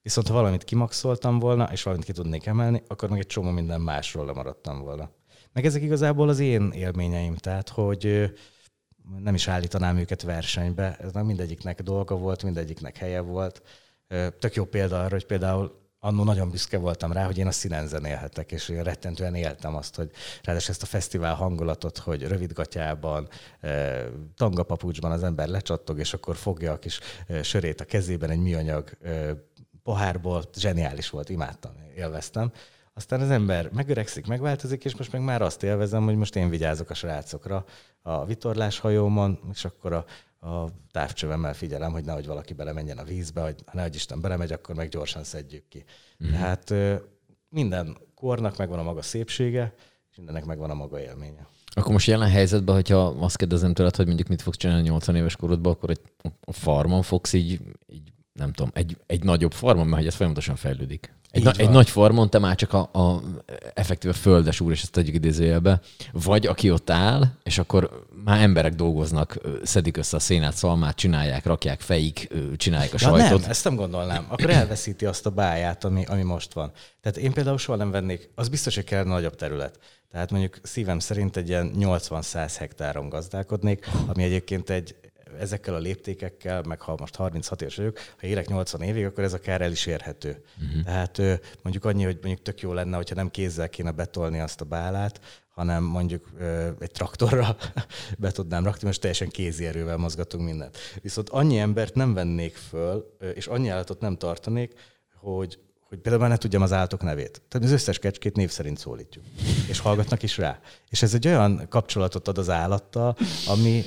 Viszont ha valamit kimaxoltam volna, és valamit ki tudnék emelni, akkor meg egy csomó minden másról lemaradtam volna. Meg ezek igazából az én élményeim, tehát hogy nem is állítanám őket versenybe, ez nem mindegyiknek dolga volt, mindegyiknek helye volt. Tök jó példa arra, hogy például annó nagyon büszke voltam rá, hogy én a Színenzen élhetek, és én rettentően éltem azt, hogy ráadásul ezt a fesztivál hangulatot, hogy rövidgatyában, tangapapucsban az ember lecsattog, és akkor fogja a kis sörét a kezében egy műanyag pohárból, zseniális volt, imádtam, élveztem. Aztán az ember megöregszik, megváltozik, és most meg már azt élvezem, hogy most én vigyázok a srácokra a vitorláshajómon, és akkor a, a távcsövemmel figyelem, hogy nehogy valaki belemenjen a vízbe, hogy ha nehogy Isten belemegy, akkor meg gyorsan szedjük ki. Mm. Tehát minden kornak megvan a maga szépsége, és mindennek megvan a maga élménye. Akkor most jelen helyzetben, hogyha azt kérdezem tőled, hogy mondjuk mit fogsz csinálni nyolcvan éves korodban, akkor egy, a farmon fogsz így, így nem tudom, egy, egy nagyobb farmon, mert ez folyamatosan fejlődik. Egy, na, egy nagy farmon te már csak a, a effektíve földes úr, és ezt tegyük idézőjelbe, vagy aki ott áll, és akkor már emberek dolgoznak, szedik össze a szénát, szalmát, csinálják, rakják fejik, csinálják a ja, sajtot. Nem, ezt nem gondolnám. Akkor elveszíti azt a báját, ami, ami most van. Tehát én például soha nem vennék, az biztos, hogy kellene nagyobb terület. Tehát mondjuk szívem szerint egy ilyen nyolcvan-száz hektáron gazdálkodnék, ami egyébként egy ezekkel a léptékekkel, meg ha most harminchat éves vagyok, ha élek nyolcvan évig, akkor ez akár el is érhető. Uh-huh. Tehát mondjuk annyi, hogy mondjuk tök jó lenne, hogyha nem kézzel kéne betolni azt a bálát, hanem mondjuk egy traktorra be tudnám rakni, most teljesen kézi erővel mozgatunk mindent. Viszont annyi embert nem vennék föl, és annyi állatot nem tartanék, hogy, hogy például már ne tudjam az állatok nevét. Tehát az összes kecskét név szerint szólítjuk. És hallgatnak is rá. És ez egy olyan kapcsolatot ad az állattal, ami...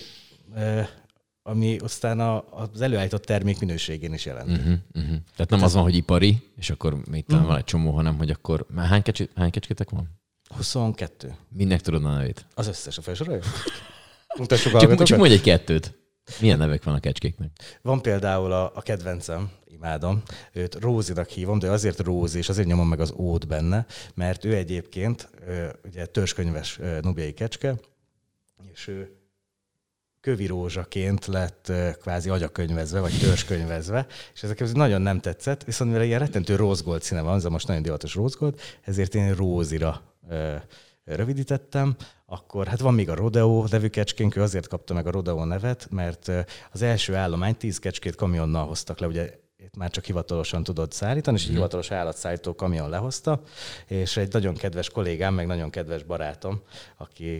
ami aztán a, az előállított termék minőségén is jelent. Uh-huh, uh-huh. Tehát nem az van, hogy ipari, és akkor még talán uh-huh. van egy csomó, hanem hogy akkor... Már hány, kecsi, hány kecskétek van? huszonkettő. Mindnek tudod a nevét? Az összes a felsorolja? csak, csak mondj egy kettőt. Milyen nevek van a kecskéknek? Van például a, a kedvencem, imádom, őt Rózinak hívom, de azért Rózi, és azért nyomom meg az ót benne, mert ő egyébként ugye törzskönyves nubiai kecske, és ő kövi rózsaként lett kvázi agyakönyvezve, vagy törzskönyvezve, és ezek nagyon nem tetszett, viszont mivel ilyen rettentő rózgold színe van, ez a most nagyon divatos rózgold, ezért én Rózira rövidítettem. Akkor hát van még a Rodeo nevű kecskénk, ő azért kapta meg a Rodeo nevet, mert az első állomány tíz kecskét kamionnal hoztak le, ugye itt már csak hivatalosan tudod szállítani, és egy hivatalos állatszállító kamion lehozta, és egy nagyon kedves kollégám, meg nagyon kedves barátom, aki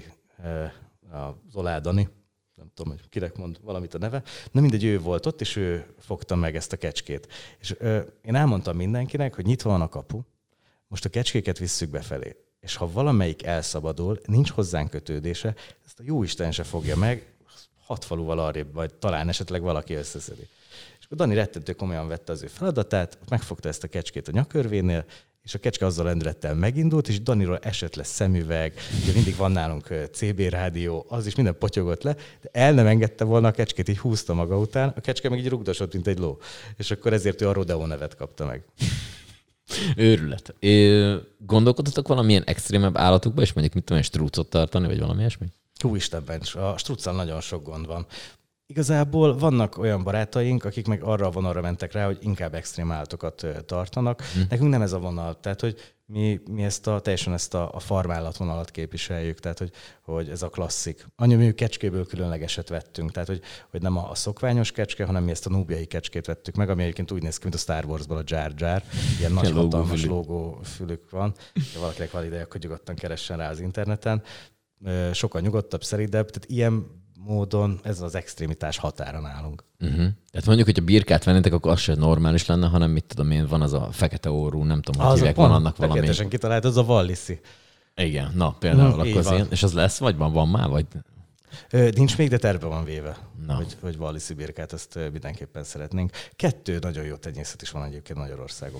az Olá Dani, nem tudom, hogy kinek mond valamit a neve, na mindegy, ő volt ott, és ő fogta meg ezt a kecskét. És ö, én elmondtam mindenkinek, hogy nyitva van a kapu, most a kecskéket visszük befelé, és ha valamelyik elszabadul, nincs hozzánk kötődése, ezt a jóisten se fogja meg, hat faluval arrébb, vagy talán esetleg valaki összeszedi. És akkor Dani rettentő komolyan vette az ő feladatát, megfogta ezt a kecskét a nyakörvénél, és a kecske azzal lendülettel megindult, és Daniról esett le szemüveg, ugye mindig van nálunk cé bé rádió, az is minden potyogott le, de el nem engedte volna a kecskét, így húzta maga után, a kecske meg így rugdosott, mint egy ló. És akkor ezért ő a Rodeo nevet kapta meg. Őrület. É, gondolkodtatok valamilyen extrémebb állatokba, és mondjuk mit tudom, egy strúcot tartani, vagy valami ilyesmi? Hú, Istenben, a struccal nagyon sok gond van. Igazából vannak olyan barátaink, akik meg arra a vonalra mentek rá, hogy inkább extrém állatokat tartanak. Hmm. Nekünk nem ez a vonal. Tehát, hogy mi, mi ezt a, teljesen ezt a, a farmállatvonalat képviseljük, tehát, hogy, hogy ez a klasszik. Annyi, mi kecskéből különlegeset vettünk, tehát, hogy, hogy nem a, a szokványos kecske, hanem mi ezt a núbiai kecskét vettük meg, ami egyébként úgy néz ki, mint a Star Warsból a Jar Jar. Ilyen nagy hatalmas logófülük van. Ha valakinek van ideje, akkor nyugodtan keressen rá az interneten. Sokkal nyugodtabb, szeridebb, tehát ilyen módon ez az extrémitás határa nálunk. Uh-huh. Tehát mondjuk, hogyha birkát vennétek, akkor az sem normális lenne, hanem mit tudom én, van az a fekete orrú, nem tudom, hogy hívják, van annak valami. Tökéletesen kitalált, az a Wallis-i. Igen, na például hmm, akkor az ilyen, és az lesz, vagy van, van már, vagy? Ö, nincs még, de terve van véve, no. hogy, hogy Wallis-i birkát, ezt mindenképpen szeretnénk. Kettő nagyon jó tenyészet is van egyébként Magyarországon.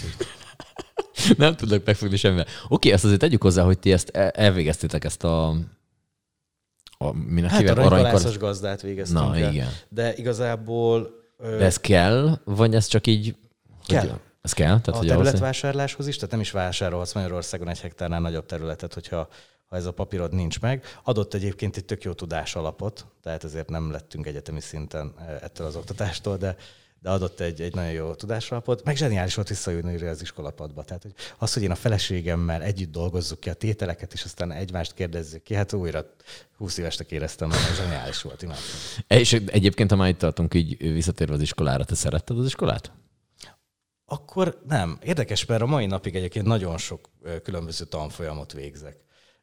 Nem tudok megfogni semmivel. Oké, ezt azért tegyük hozzá, hogy ti ezt elvégeztétek ezt a A, hát aranykalászos gazdát végeztünk Na, el. Igen. De igazából... De ez kell, vagy ez csak így... Kell. Hogy, ez kell? Tehát, a hogy területvásárláshoz is, tehát nem is vásárolhatsz Magyarországon egy hektárnál nagyobb területet, hogyha ha ez a papírod nincs meg. Adott egyébként egy tök jó tudás alapot, tehát ezért nem lettünk egyetemi szinten ettől az oktatástól, de, de adott egy, egy nagyon jó tudásalapot, meg zseniális volt visszajönni az iskolapadba. Tehát hogy az, hogy én a feleségemmel együtt dolgozzuk ki a tételeket, és aztán egymást kérdezzük ki, hát újra húsz évesnek éreztem, hogy zseniális volt, imádtam. És egyébként, ha már itt tartunk, így visszatérve az iskolára, te szeretted az iskolát? Akkor nem. Érdekes, mert a mai napig egyébként nagyon sok különböző tanfolyamot végzek.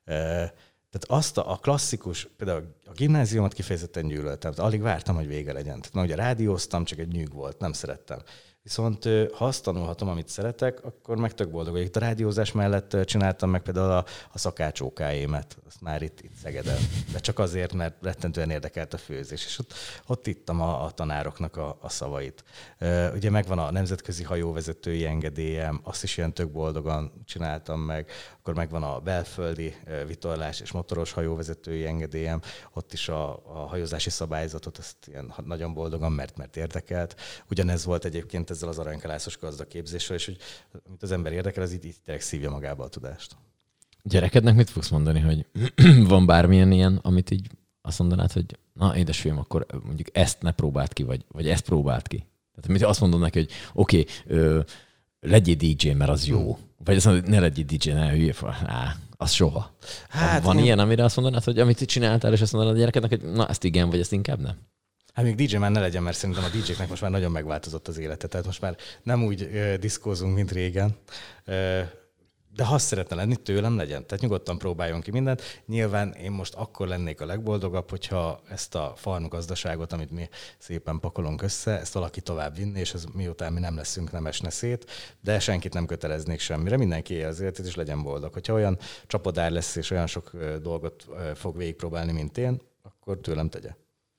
Tehát azt a, a klasszikus, például a gimnáziumot kifejezetten gyűlöltem, tehát alig vártam, hogy vége legyen. Tehát, ugye rádióztam, csak egy nyűg volt, nem szerettem. Viszont ha azt tanulhatom, amit szeretek, akkor meg tök boldog vagyok. A rádiózás mellett csináltam meg például a, a szakácsókáémet, azt már itt, itt Szegeden. De csak azért, mert rettentően érdekelt a főzés, és ott, ott ittam a, a tanároknak a, a szavait. Ugye megvan a nemzetközi hajóvezetői engedélyem, azt is ilyen tök boldogan csináltam meg. Akkor megvan a belföldi vitorlás és motoros hajóvezetői engedélyem, ott is a, a hajózási szabályzatot, azt ilyen nagyon boldogan, mert, mert érdekelt. Ugyanez volt egyébként ezzel az aranykalászos gazdaképzéssel, és hogy amit az ember érdekel, az így, így tényleg szívja magába a tudást. Gyerekednek mit fogsz mondani, hogy van bármilyen ilyen, amit így azt mondanád, hogy na édesfiam, akkor mondjuk ezt ne próbáld ki, vagy, vagy ezt próbáld ki. Tehát amit azt mondod neki, hogy oké, okay, legyél dé dzsé, mert az jó. Hmm. Vagy azt mondod, ne legyél dé dzsé, ne hülye fel. Á, az soha. Hát van én... ilyen, amire azt mondanád, hogy amit csináltál, és azt mondanád a gyerekednek, hogy na ezt igen, vagy ezt inkább nem? Hát még dé dzsé már ne legyen, mert szerintem a dé dzséknek most már nagyon megváltozott az élete. Tehát most már nem úgy uh, diszkózunk, mint régen. Uh, de ha azt szeretne lenni, tőlem legyen. Tehát nyugodtan próbáljon ki mindent. Nyilván én most akkor lennék a legboldogabb, hogyha ezt a farmgazdaságot, amit mi szépen pakolunk össze, ezt valaki tovább vinni, és ez miután mi nem leszünk, nem esne szét, de senkit nem köteleznék semmire. Mindenki élje az életét, és legyen boldog. Hogyha olyan csapodár lesz, és olyan sok dolgot fog végigpróbálni, mint én, akkor tőlem tegye.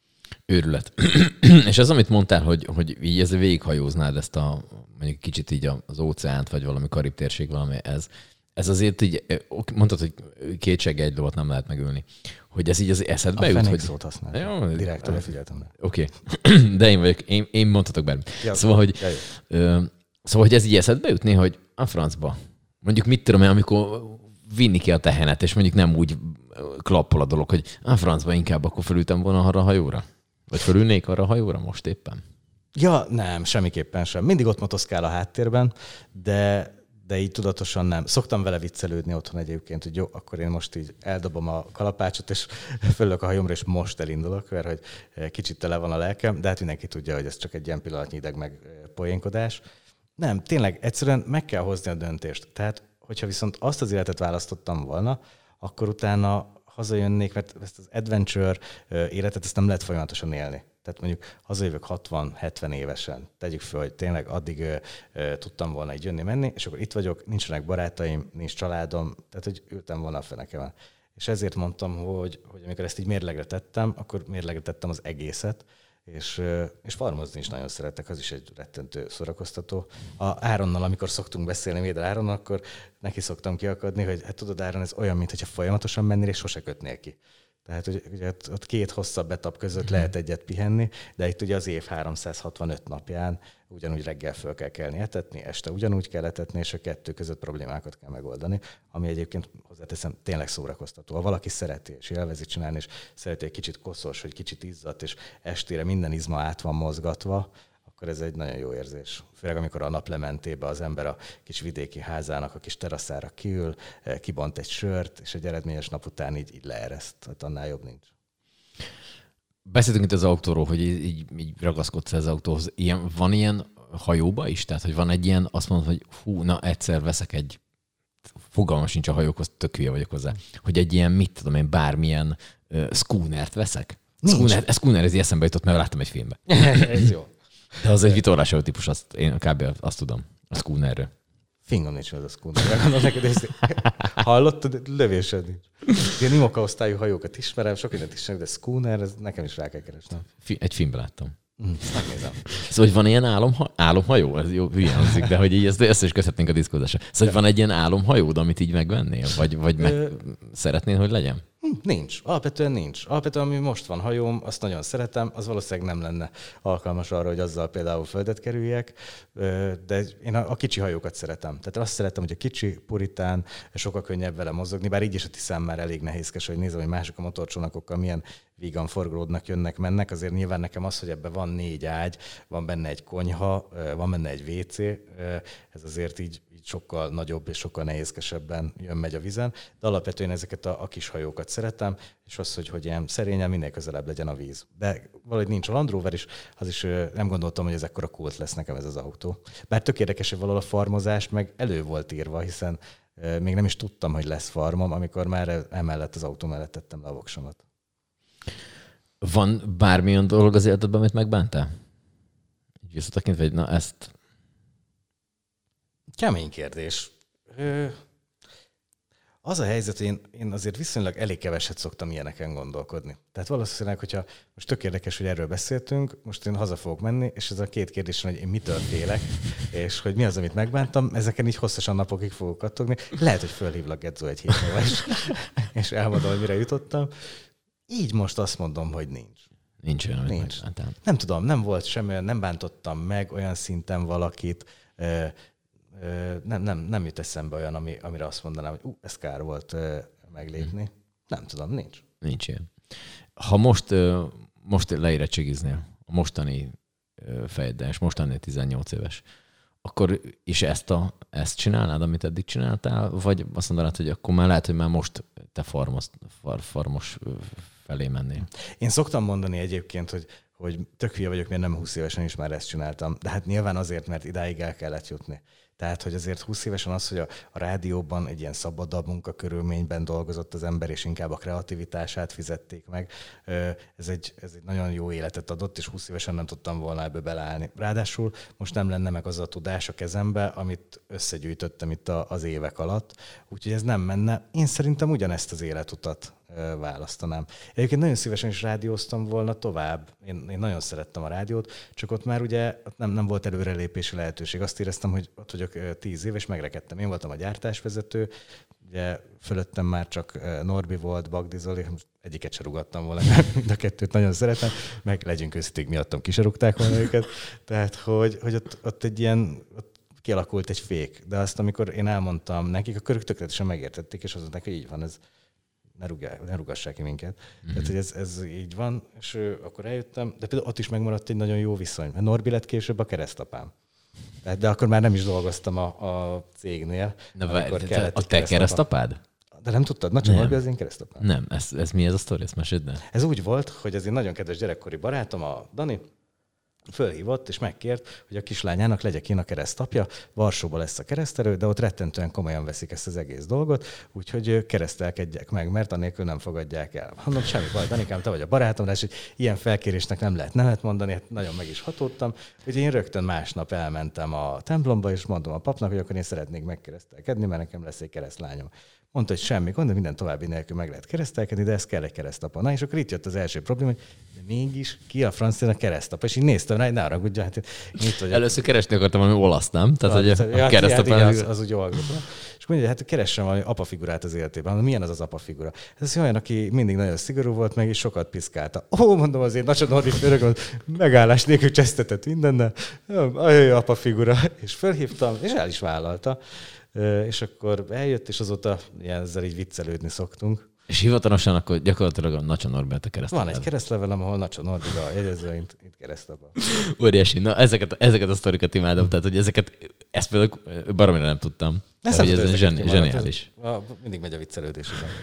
Őrület. És az, amit mondtál, hogy, hogy így ezzel végighajóznád ezt a, mondjuk kicsit így az óceánt, vagy valami karib térség, valami ez, ez azért így, mondtad, hogy két segge egy lovat nem lehet megülni. Hogy ez így az eszedbe jut? A hogy... szót használja. Direkt odafigyeltem rá. Oké. Okay. De én vagyok, én, én mondhatok bármit. Ja, szóval, hogy, ja, ö, szóval, hogy ez így eszedbe jutni, hogy a francba. Mondjuk mit tudom én, amikor vinni ki a tehenet, és mondjuk nem úgy klappol a dolog, hogy a francba inkább akkor felültem volna arra a hajóra. Vagy fölülnék arra a hajóra most éppen? Ja, nem, semmiképpen sem. Mindig ott motoszkál a háttérben, de, de így tudatosan nem. Szoktam vele viccelődni otthon egyébként, hogy jó, akkor én most így eldobom a kalapácsot, és fölök a hajómra, és most elindulok, mert hogy kicsit tele van a lelkem, de hát mindenki tudja, hogy ez csak egy ilyen pillanatnyi ideg meg poénkodás. Nem, tényleg egyszerűen meg kell hozni a döntést. Tehát, hogyha viszont azt az életet választottam volna, akkor utána hazajönnék, mert ezt az adventure életet ezt nem lehet folyamatosan élni. Tehát mondjuk hazajövök hatvan-hetven évesen, tegyük föl, hogy tényleg addig ö, ö, tudtam volna így jönni-menni, és akkor itt vagyok, nincsenek barátaim, nincs családom, tehát hogy ültem volna a fenekemen. És ezért mondtam, hogy, hogy amikor ezt így mérlegre tettem, akkor mérlegre tettem az egészet, és, és farmozni is nagyon szeretek, az is egy rettentő szórakoztató. A Áronnal, amikor szoktunk beszélni Védel Áronnal, akkor neki szoktam kiakadni, hogy hát tudod, Áron, ez olyan, mintha folyamatosan mennél, és sose kötnél ki. Tehát hogy, ugye, ott két hosszabb etap között lehet egyet pihenni, de itt ugye az év háromszázhatvanöt napján ugyanúgy reggel föl kell kelni etetni, este ugyanúgy kell etetni, és a kettő között problémákat kell megoldani, ami egyébként hozzáteszem tényleg szórakoztató. Ha valaki szereti és élvezi csinálni, és szereti egy kicsit koszos, hogy kicsit izzadt, és estére minden izma át van mozgatva, akkor ez egy nagyon jó érzés. Főleg amikor a naplementébe az ember a kis vidéki házának a kis teraszára kiül, kibont egy sört, és egy eredményes nap után így, így leereszt. Hát annál jobb nincs. Beszéltünk itt az autóról, hogy így, így, így ragaszkodsz az autóhoz. Ilyen, van ilyen hajóba is? Tehát, hogy van egy ilyen, azt mondod, hogy hú, na egyszer veszek egy, fogalmam sincs a hajókhoz, tök hülye vagyok hozzá, hogy egy ilyen, mit tudom én, bármilyen uh, schoonert veszek? Schooner, schooner, ez eszembe jutott, mert láttam egy filmben. Ez jó. De az egy vitorlásajó típus, azt, én kb. Azt tudom, a schoonerről. Fingom nincs az a schooner. Neked hallottad? Lövésed nincs. Ilyen imoka osztályú hajókat ismerem, sok mindent ismerem, de schooner, ez nekem is rá kell keresnem. Egy filmben láttam. Mm, megnézem. Szóval, hogy van ilyen álomha- álomhajó? Ez jó, hülyen hangzik, de hogy így ezt, ezt is köszönhetnénk a diszkózásra. Szóval, hogy van egy ilyen álomhajód, amit így megvennél? Vagy, vagy meg Ö... szeretnél, hogy legyen? Nincs. Alapvetően nincs. Alapvetően, ami most van hajóm, azt nagyon szeretem, az valószínűleg nem lenne alkalmas arra, hogy azzal például földet kerüljek, de én a kicsi hajókat szeretem. Tehát azt szeretem, hogy a kicsi, puritán, sokkal könnyebb vele mozogni, bár így is a Tiszán már elég nehézkes, hogy nézem, hogy mások a motorcsónakokkal milyen vígan forgolódnak, jönnek, mennek. Azért nyilván nekem az, hogy ebben van négy ágy, van benne egy konyha, van benne egy vé cé, ez azért így, így sokkal nagyobb és sokkal nehézkesebben jön-megy a vízen, de alapvetően ezeket a, a kis hajókat szeretem, és az, hogy, hogy ilyen szerényen minél közelebb legyen a víz. De valahogy nincs a Land Rover is, az is nem gondoltam, hogy ez ekkora kult lesz nekem ez az autó. Bár tök érdekes, hogy valahol a farmozás meg elő volt írva, hiszen még nem is tudtam, hogy lesz farmom, amikor már emellett az autó mellett tettem le a voksomat. Van bármilyen dolog az életedben, amit megbántál? Így visszatekintve, hogy na ezt... Kemény kérdés. Az a helyzet, hogy én, én azért viszonylag elég keveset szoktam ilyeneken gondolkodni. Tehát valószínűleg, hogyha most tök érdekes, hogy erről beszéltünk, most én haza fogok menni, és ez a két kérdés, hogy én mitől félek, és hogy mi az, amit megbántam, ezeken így hosszasan napokig fogok kattogni. Lehet, hogy fölhívlak Gedzó egy hét múlva is, és elmondom, hogy mire jutottam. Így most azt mondom, hogy nincs. Nincs olyan, amit nincs. megbántál. Nem tudom, nem volt semmi olyan, nem bántottam meg olyan szinten valakit, Nem, nem, nem jut eszembe olyan, ami, amire azt mondanám, hogy ú, ez kár volt uh, meglépni. Hmm. Nem tudom, nincs. Nincs ilyen. Ha most, uh, most leérettségiznél, a mostani uh, fejeddel, és mostani tizennyolc éves, akkor is ezt, a, ezt csinálnád, amit eddig csináltál, vagy azt mondanád, hogy akkor már lehet, hogy már most te farmos, far, farmos felé mennél? Én szoktam mondani egyébként, hogy, hogy tök hülye vagyok, mert nem húsz évesen is már ezt csináltam. De hát nyilván azért, mert idáig el kellett jutni. Tehát, hogy azért húsz évesen az, hogy a, a rádióban egy ilyen szabadabb munkakörülményben dolgozott az ember, és inkább a kreativitását fizették meg. Ez egy, ez egy nagyon jó életet adott, és húsz évesen nem tudtam volna ebbe beleállni. Ráadásul most nem lenne meg az a tudás a kezembe, amit összegyűjtöttem itt a, az évek alatt. Úgyhogy ez nem menne. Én szerintem ugyanezt az életutat választanám. Egyébként nagyon szívesen is rádióztam volna tovább. Én, én nagyon szerettem a rádiót, csak ott már ugye nem, nem volt előrelépési lehetőség. Azt éreztem, hogy ott vagyok tíz év, és megrekedtem. Én voltam a gyártásvezető, ugye fölöttem már csak Norbi volt, Bagdi Zoli, egyiket se rúgattam volna, mind a kettőt nagyon szeretem, meg legyünk őszinték, miattam ki se rúgták volna őket. Tehát, hogy, hogy ott, ott egy ilyen... Ott kialakult egy fék, de azt, amikor én elmondtam nekik, akkor ők tökéletesen megértették, és azt mondták, hogy így van, ez ne, rúgják, ne rúgassák ki minket. Mm-hmm. Tehát, hogy ez, ez így van, és ő, akkor eljöttem, de például ott is megmaradt egy nagyon jó viszony. Mert Norbi lett később a keresztapám. De akkor már nem is dolgoztam a, a cégnél. Na, a, a te keresztapád? De nem tudtad? Na, csak Norbi az én keresztapám. Nem, ez, ez mi ez a sztori? Ezt meséld el. Ez úgy volt, hogy az én nagyon kedves gyerekkori barátom, a Dani, fölhívott, és megkért, hogy a kislányának legyek én a keresztapja. Varsóba lesz a keresztelő, de ott rettentően komolyan veszik ezt az egész dolgot, úgyhogy keresztelkedjek meg, mert anélkül nem fogadják el. Mondom, semmi baj, Danikám, te vagy a barátom, de és ilyen felkérésnek nem lehet nemet mondani, hát nagyon meg is hatódtam. Úgyhogy én rögtön másnap elmentem a templomba, és mondom a papnak, hogy akkor én szeretnék megkeresztelkedni, mert nekem lesz egy keresztlányom. Mondta, hogy semmi gond, de minden további nélkül meg lehet keresztelkedni, de ez kell egy keresztapa. Na, és akkor itt jött az első probléma, hogy de mégis ki a francia a keresztapa? És így néztem rá, hogy ne haragudja, hát itt vagyok. Először keresni akartam valami olasz, nem? Tehát, hogy a, ja, a keresztapa... Hát, az, az úgy jól gondolom. És mondja, hát keressem valami apafigurát az életében. Milyen az az apafigura? Ez olyan, aki mindig nagyon szigorú volt, meg és sokat piszkálta. Ó, mondom, azért Nacsa Norbi főnök, megállás nélkül csesztetett mindennel. Ajaj, apafigura. És fölhívtam, és el is vállalta. És akkor eljött, és azóta ilyen ezzel így viccelődni szoktunk. És hivatalosan akkor gyakorlatilag a Nacsa Norbert a keresztlevel. Van egy keresztlevelem, ahol Nacsa Norbiga jegyezve, mint, mint keresztapa. Óriási. Na, ezeket, ezeket a sztorikat imádom, tehát hogy ezeket, ezt például baromira nem tudtam. Tehát, hogy ez zseni, zseniális. Mindig megy a viccelődés.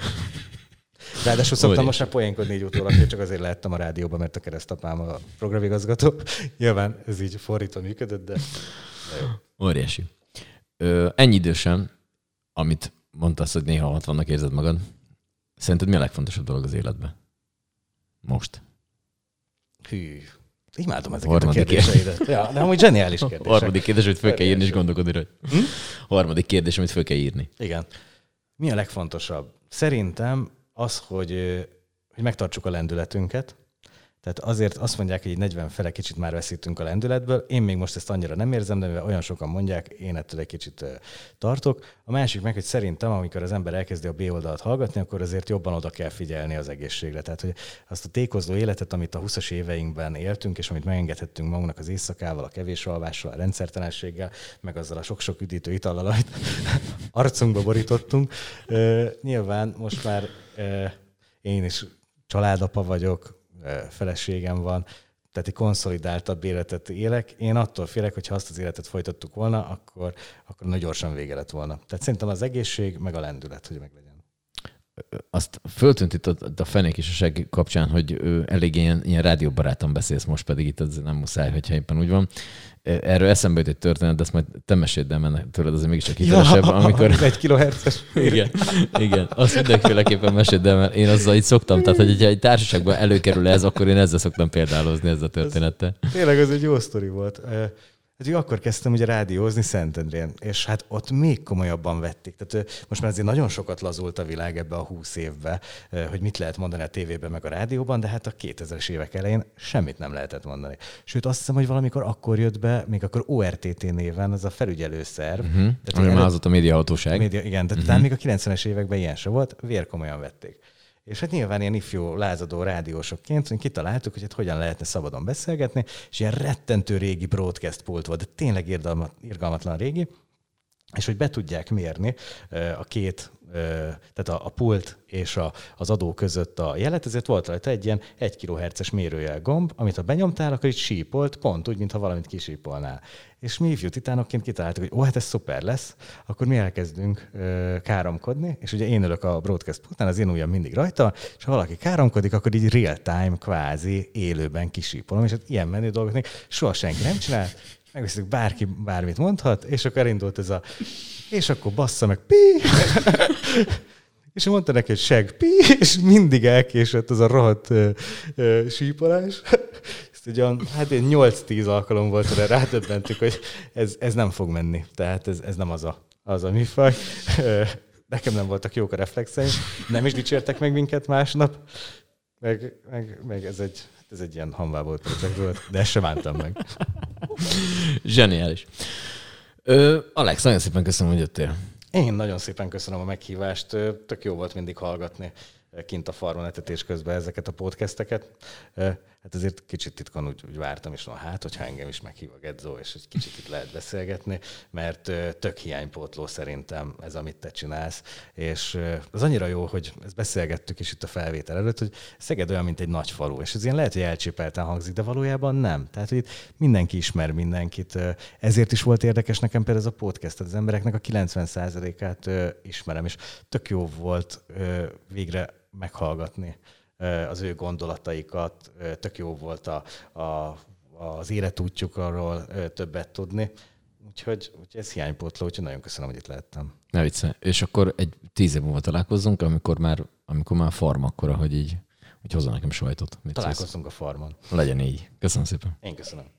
Ráadásul szoktam most már poénkodni így utólag, hogy csak azért lehettem a rádióban, mert a keresztapám a programigazgató. Nyilván ez így fordítva működött, de, de jó. Óriási. Ö, ennyi idősen, amit mondtad, hogy néha hatvannak érzed magad, szerinted mi a legfontosabb dolog az életben? Most. Hű, imádom ezeket a kérdéseidet. Ja, de amúgy zseniális kérdések. Harmadik kérdés, amit föl kell írni, és gondolkodni rá. Hm? Harmadik kérdés, amit föl kell írni. Igen. Mi a legfontosabb? Szerintem az, hogy, hogy megtartsuk a lendületünket. Tehát azért azt mondják, hogy egy negyven fele kicsit már veszítünk a lendületből. Én még most ezt annyira nem érzem, de mivel olyan sokan mondják, én ettől egy kicsit tartok. A másik meg, hogy szerintem, amikor az ember elkezdi a B oldalt hallgatni, akkor azért jobban oda kell figyelni az egészségre. Tehát, hogy azt a tékozló életet, amit a huszas éveinkben éltünk, és amit megengedhettünk magunknak az éjszakával, a kevés alvással, a rendszertelenséggel, meg azzal a sok-sok üdítő itallal, amit arcunkba borítottunk. Nyilván most már én is családapa vagyok, feleségem van, tehát egy konszolidáltabb életet élek. Én attól félek, hogy ha azt az életet folytattuk volna, akkor, akkor nagyon gyorsan vége lett volna. Tehát szerintem az egészség, meg a lendület, hogy meglegyen. Azt föltűnt itt a, a fenék és a segg kapcsán, hogy elég ilyen, ilyen rádióbarátan beszélsz most, pedig itt az nem muszáj, hogyha éppen úgy van. Erről eszembe jut egy történet, de azt majd te meséld el, mert tőled azért mégiscsak hitelesebb. Ja, amikor... egy kilohertzes. Igen, igen. Azt mindenféleképpen meséld el, mert én azzal így szoktam. Tehát, hogy egy társaságban előkerül ez, akkor én ezzel szoktam példálozni, ezzel a történettel. Ez, tényleg ez egy jó sztori volt. Hát akkor kezdtem ugye rádiózni Szentendrén, és hát ott még komolyabban vették. Tehát most már azért nagyon sokat lazult a világ ebbe a húsz évbe, hogy mit lehet mondani a tévében meg a rádióban, de hát a kétezres évek elején semmit nem lehetett mondani. Sőt, azt hiszem, hogy valamikor akkor jött be, még akkor o er té té néven, ez a felügyelőszerv. Uh-huh. Tehát, ami már az ott a médiahatóság. Média, igen, tehát uh-huh. még a kilencvenes években ilyen se volt, vérkomolyan vették. És hát nyilván ilyen ifjú, lázadó rádiósokként kitaláltuk, hogy hát hogyan lehetne szabadon beszélgetni, és ilyen rettentő régi broadcast pult volt, de tényleg irgalmat, irgalmatlan régi, és hogy be tudják mérni a két, tehát a, a pult és a, az adó között a jelet, ezért volt rajta egy ilyen egy kilohertzes mérőjel gomb, amit ha benyomtál, akkor így sípolt, pont úgy, mintha valamit kisípolnál. És mi ifjú titánokként kitaláltuk, hogy ó, hát ez szuper lesz, akkor mi elkezdünk ö, káromkodni, és ugye én ülök a broadcast pultnál, az én ujjam mindig rajta, és ha valaki káromkodik, akkor így real time, kvázi élőben kisípolom, és hát ilyen menő dolgok soha senki nem csinál. Megveszünk, bárki bármit mondhat, és akkor elindult ez a... És akkor bassza meg, pi! És mondta neki, hogy segg, pi! És mindig elkésett az a rohadt uh, uh, sípolás. Ezt ugyan, hát egy nyolc-tíz alkalom volt, de rádöbbentük, hogy ez, ez nem fog menni. Tehát ez, ez nem az a, az a műfaj. Nekem nem voltak jók a reflexeim, nem is dicsértek meg minket másnap. Meg, meg, meg ez egy... Ez egy ilyen hanvábolt projekt volt, de ezt sem bántam meg. Zseniális. Ö, Alex, nagyon szépen köszönöm, hogy jöttél. Én nagyon szépen köszönöm a meghívást. Tök jó volt mindig hallgatni kint a farmon etetés közben ezeket a podcasteket. Hát azért kicsit titkon úgy, úgy vártam, és no, hát, hogyha engem is meghív a Gedzó, és egy kicsit itt lehet beszélgetni, mert tök hiánypótló szerintem ez, amit te csinálsz. És az annyira jó, hogy ezt beszélgettük is itt a felvétel előtt, hogy Szeged olyan, mint egy nagy falu, és ez ilyen lehet, hogy elcsépelten hangzik, de valójában nem. Tehát, hogy itt mindenki ismer mindenkit. Ezért is volt érdekes nekem például ez a podcast, az embereknek a kilencven százalékát ismerem, és tök jó volt végre meghallgatni az ő gondolataikat, tök jó volt a, a, az életútjukról többet tudni. Úgyhogy, úgyhogy ez hiánypótló, úgyhogy nagyon köszönöm, hogy itt lehettem. Ne viccelj. És akkor egy tíz év múlva találkozzunk, amikor már, amikor már farm akkora, hogy így hogy hozzá nekem sajtot. Találkozzunk a farmon. Legyen így. Köszönöm szépen. Én köszönöm.